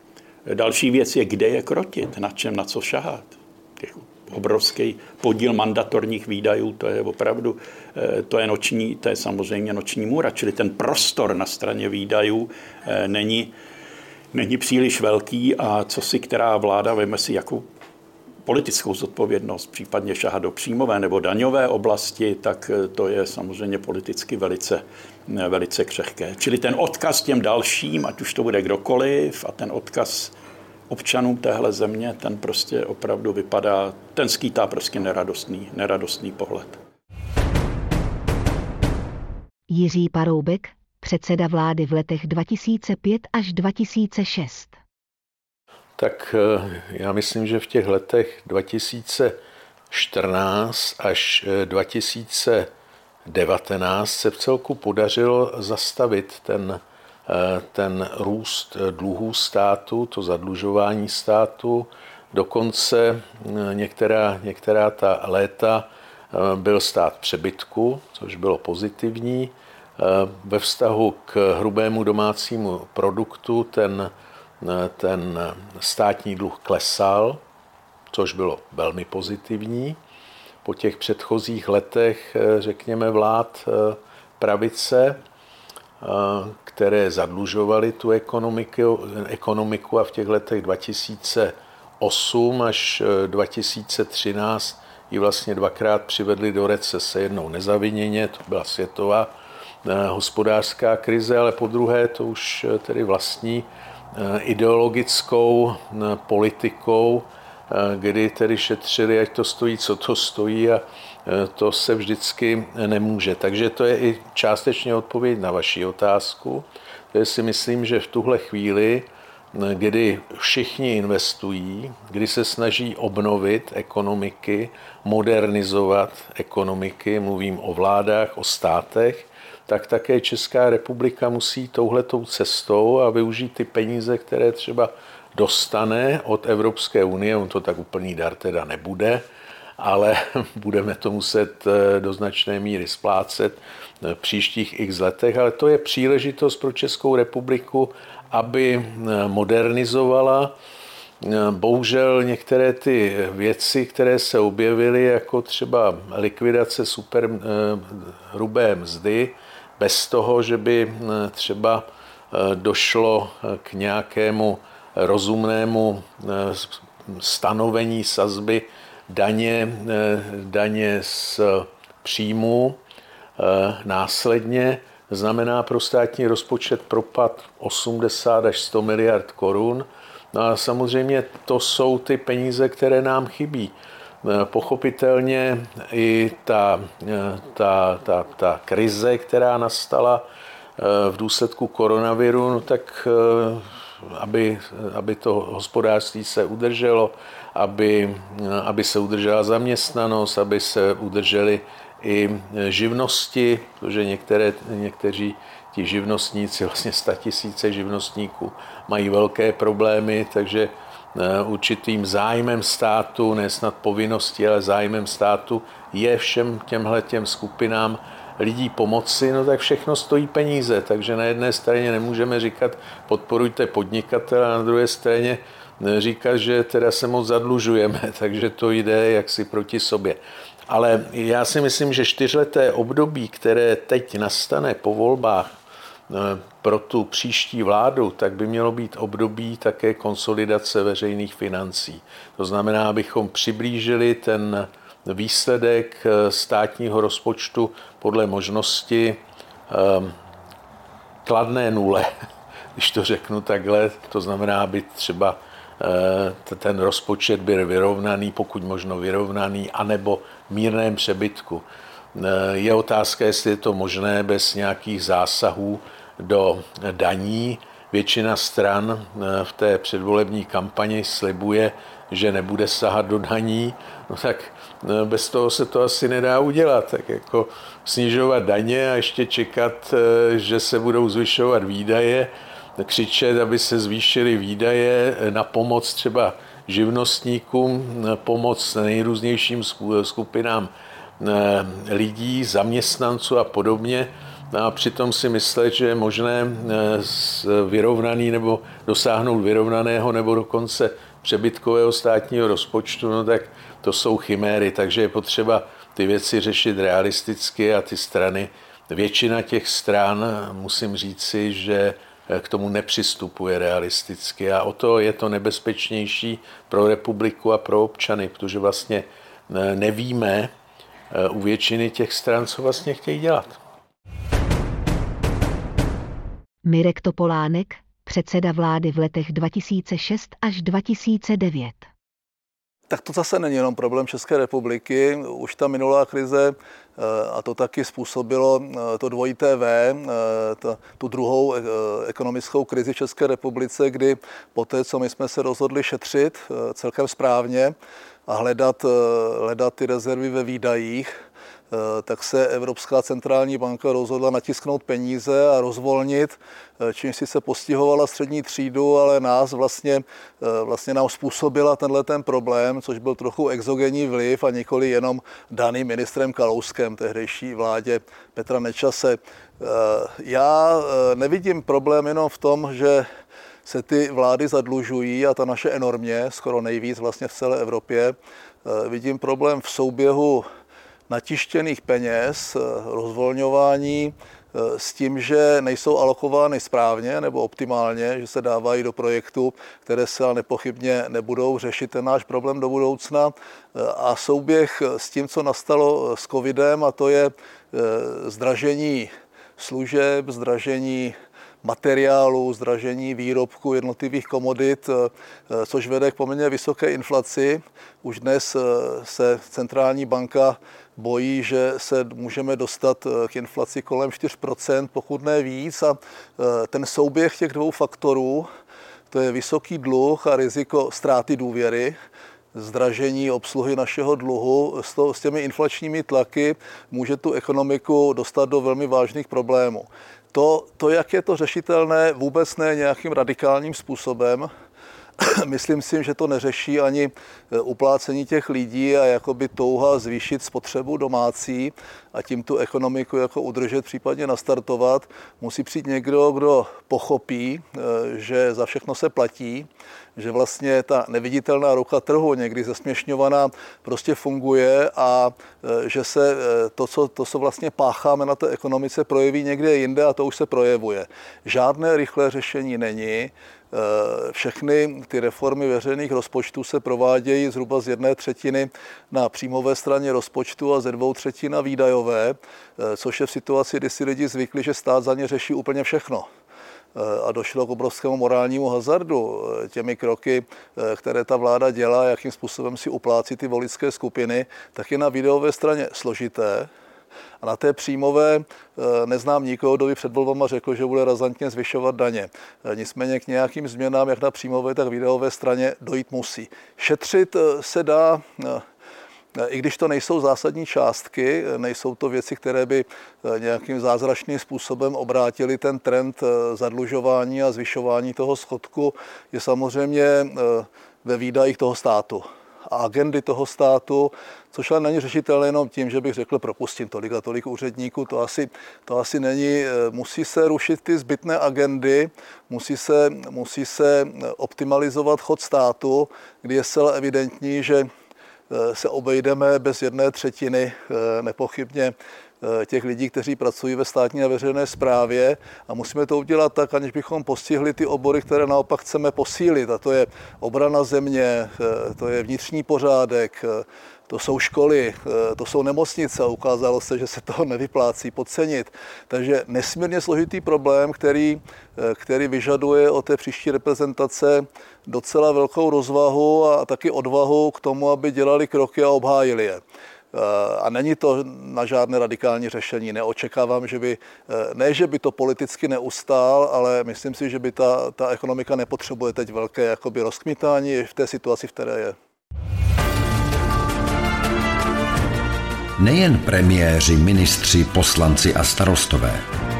Další věc je, kde je krotit, na čem, na co šahat. Těch obrovský podíl mandatorních výdajů, to je opravdu, to je noční, to je samozřejmě noční můra, čili ten prostor na straně výdajů není, není příliš velký a co si která vláda veme si jakou politickou zodpovědnost, případně šahat do příjmové nebo daňové oblasti, tak to je samozřejmě politicky velice, velice křehké. Čili ten odkaz těm dalším, ať už to bude kdokoliv, a ten odkaz občanům téhle země, ten prostě opravdu vypadá, ten skýtá prostě neradostný, neradostný pohled. Jiří Paroubek, předseda vlády v letech dva tisíce pět až dva tisíce šest. Tak já myslím, že v těch letech dva tisíce čtrnáct až dva tisíce devatenáct se v celku podařilo zastavit ten, ten růst dluhů státu, to zadlužování státu. Dokonce některá, některá ta léta byl stát přebytku, což bylo pozitivní. Ve vztahu k hrubému domácímu produktu ten ten státní dluh klesal, což bylo velmi pozitivní. Po těch předchozích letech, řekněme, vlád pravice, které zadlužovaly tu ekonomiku, ekonomiku a v těch letech dva tisíce osm až dva tisíce třináct ji vlastně dvakrát přivedli do recese. Jednou nezaviněně, to byla světová hospodářská krize, ale po druhé to už tedy vlastní ideologickou politikou, kdy tedy šetřili, ať to stojí, co to stojí, a to se vždycky nemůže. Takže to je i částečně odpověď na vaši otázku. Takže si myslím, že v tuhle chvíli, kdy všichni investují, kdy se snaží obnovit ekonomiky, modernizovat ekonomiky, mluvím o vládách, o státech, tak také Česká republika musí touhletou cestou a využít ty peníze, které třeba dostane od Evropské unie, on to tak úplný dar teda nebude, ale budeme to muset do značné míry splácet v příštích x letech, ale to je příležitost pro Českou republiku, aby modernizovala. Bohužel některé ty věci, které se objevily, jako třeba likvidace superhrubé mzdy, bez toho, že by třeba došlo k nějakému rozumnému stanovení sazby daně, daně z příjmu následně, znamená pro státní rozpočet propad osmdesát až sto miliard korun. No a samozřejmě to jsou ty peníze, které nám chybí. Pochopitelně i ta, ta, ta, ta krize, která nastala v důsledku koronaviru, no tak aby, aby to hospodářství se udrželo, aby, aby se udržela zaměstnanost, aby se udržely i živnosti, protože některé, někteří ti živnostníci, vlastně statisíce živnostníků, mají velké problémy, takže určitým zájmem státu, ne snad povinností, ale zájmem státu je všem těmhle těm skupinám lidí pomoci, no tak všechno stojí peníze, takže na jedné straně nemůžeme říkat podporujte podnikatele, a na druhé straně říkat, že teda se moc zadlužujeme, takže to jde jaksi proti sobě. Ale já si myslím, že čtyřleté období, které teď nastane po volbách pro tu příští vládu, tak by mělo být období také konsolidace veřejných financí. To znamená, abychom přiblížili ten výsledek státního rozpočtu podle možnosti kladné nule, když to řeknu takhle, to znamená, aby třeba ten rozpočet byl vyrovnaný, pokud možno vyrovnaný, anebo v mírném přebytku. Je otázka, jestli je to možné bez nějakých zásahů do daní. Většina stran v té předvolební kampani slibuje, že nebude sahat do daní, no tak bez toho se to asi nedá udělat. Tak jako snižovat daně a ještě čekat, že se budou zvyšovat výdaje, křičet, aby se zvýšily výdaje na pomoc třeba živnostníkům, pomoc nejrůznějším skupinám lidí, zaměstnanců a podobně, a přitom si myslet, že je možné vyrovnaný nebo dosáhnout vyrovnaného nebo dokonce přebytkového státního rozpočtu, no tak to jsou chiméry, takže je potřeba ty věci řešit realisticky a ty strany, většina těch stran, musím říci, že k tomu nepřistupuje realisticky a o to je to nebezpečnější pro republiku a pro občany, protože vlastně nevíme u většiny těch stran, co vlastně chtějí dělat. Mirek Topolánek, předseda vlády v letech dva tisíce šest až dva tisíce devět. Tak to zase není jenom problém České republiky. Už ta minulá krize, a to taky způsobilo to dvojité V, tu druhou ekonomickou krizi v České republice, kdy poté, co my jsme se rozhodli šetřit celkem správně a hledat, hledat ty rezervy ve výdajích, tak se Evropská centrální banka rozhodla natisknout peníze a rozvolnit, čím si se postihovala střední třídu, ale nás vlastně, vlastně nám způsobila tenhle ten problém, což byl trochu exogenní vliv a nikoli jenom daný ministrem Kalouskem tehdejší vládě Petra Nečase. Já nevidím problém jenom v tom, že se ty vlády zadlužují a ta naše enormně, skoro nejvíc vlastně v celé Evropě. Vidím problém v souběhu natištěných peněz, rozvolňování s tím, že nejsou alokovány správně nebo optimálně, že se dávají do projektů, které se ale nepochybně nebudou řešit ten náš problém do budoucna. A souběh s tím, co nastalo s covidem, a to je zdražení služeb, zdražení materiálu, zdražení výrobku jednotlivých komodit, což vede k poměrně vysoké inflaci. Už dnes se centrální banka bojí, že se můžeme dostat k inflaci kolem čtyři procenta, pokud ne víc. A ten souběh těch dvou faktorů, to je vysoký dluh a riziko ztráty důvěry, zdražení obsluhy našeho dluhu s, to, s těmi inflačními tlaky může tu ekonomiku dostat do velmi vážných problémů. To, to, jak je to řešitelné, vůbec ne nějakým radikálním způsobem. Myslím si, že to neřeší ani uplácení těch lidí a jakoby touha zvýšit spotřebu domácí a tím tu ekonomiku jako udržet, případně nastartovat. Musí přijít někdo, kdo pochopí, že za všechno se platí, že vlastně ta neviditelná ruka trhu, někdy zesměšňovaná, prostě funguje a že se to, co, to, co vlastně pácháme na té ekonomice, projeví někde jinde a to už se projevuje. Žádné rychlé řešení není. Všechny ty reformy veřejných rozpočtů se provádějí zhruba z jedné třetiny na příjmové straně rozpočtu a ze dvou třetin na výdajové, což je v situaci, kdy si lidi zvykli, že stát za ně řeší úplně všechno. A došlo k obrovskému morálnímu hazardu těmi kroky, které ta vláda dělá, jakým způsobem si uplácí ty voličské skupiny, tak je na výdajové straně složité. A na té příjmové neznám nikoho, kdo by před volbama řekl, že bude razantně zvyšovat daně. Nicméně k nějakým změnám, jak na příjmové, tak výdajové straně dojít musí. Šetřit se dá, i když to nejsou zásadní částky, nejsou to věci, které by nějakým zázračným způsobem obrátily ten trend zadlužování a zvyšování toho schodku, je samozřejmě ve výdajích toho státu a agendy toho státu, což ale není řešitelné jenom tím, že bych řekl, propustím tolik a tolik úředníků, to asi, to asi není. Musí se rušit ty zbytné agendy, musí se, musí se optimalizovat chod státu, kdy je zcela evidentní, že se obejdeme bez jedné třetiny nepochybně těch lidí, kteří pracují ve státní a veřejné správě a musíme to udělat tak, aniž bychom postihli ty obory, které naopak chceme posílit. A to je obrana země, to je vnitřní pořádek, to jsou školy, to jsou nemocnice a ukázalo se, že se toho nevyplácí podcenit. Takže nesmírně složitý problém, který, který vyžaduje od té příští reprezentace docela velkou rozvahu a taky odvahu k tomu, aby dělali kroky a obhájili je. A není to na žádné radikální řešení. Neočekávám, že by, ne, že by to politicky neustál, ale myslím si, že by ta, ta ekonomika nepotřebuje teď velké jakoby rozkmitání v té situaci, v které je. Nejen premiéři, ministři, poslanci a starostové.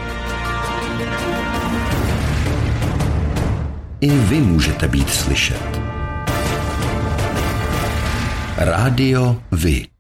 I vy můžete být slyšet. Rádio Vy.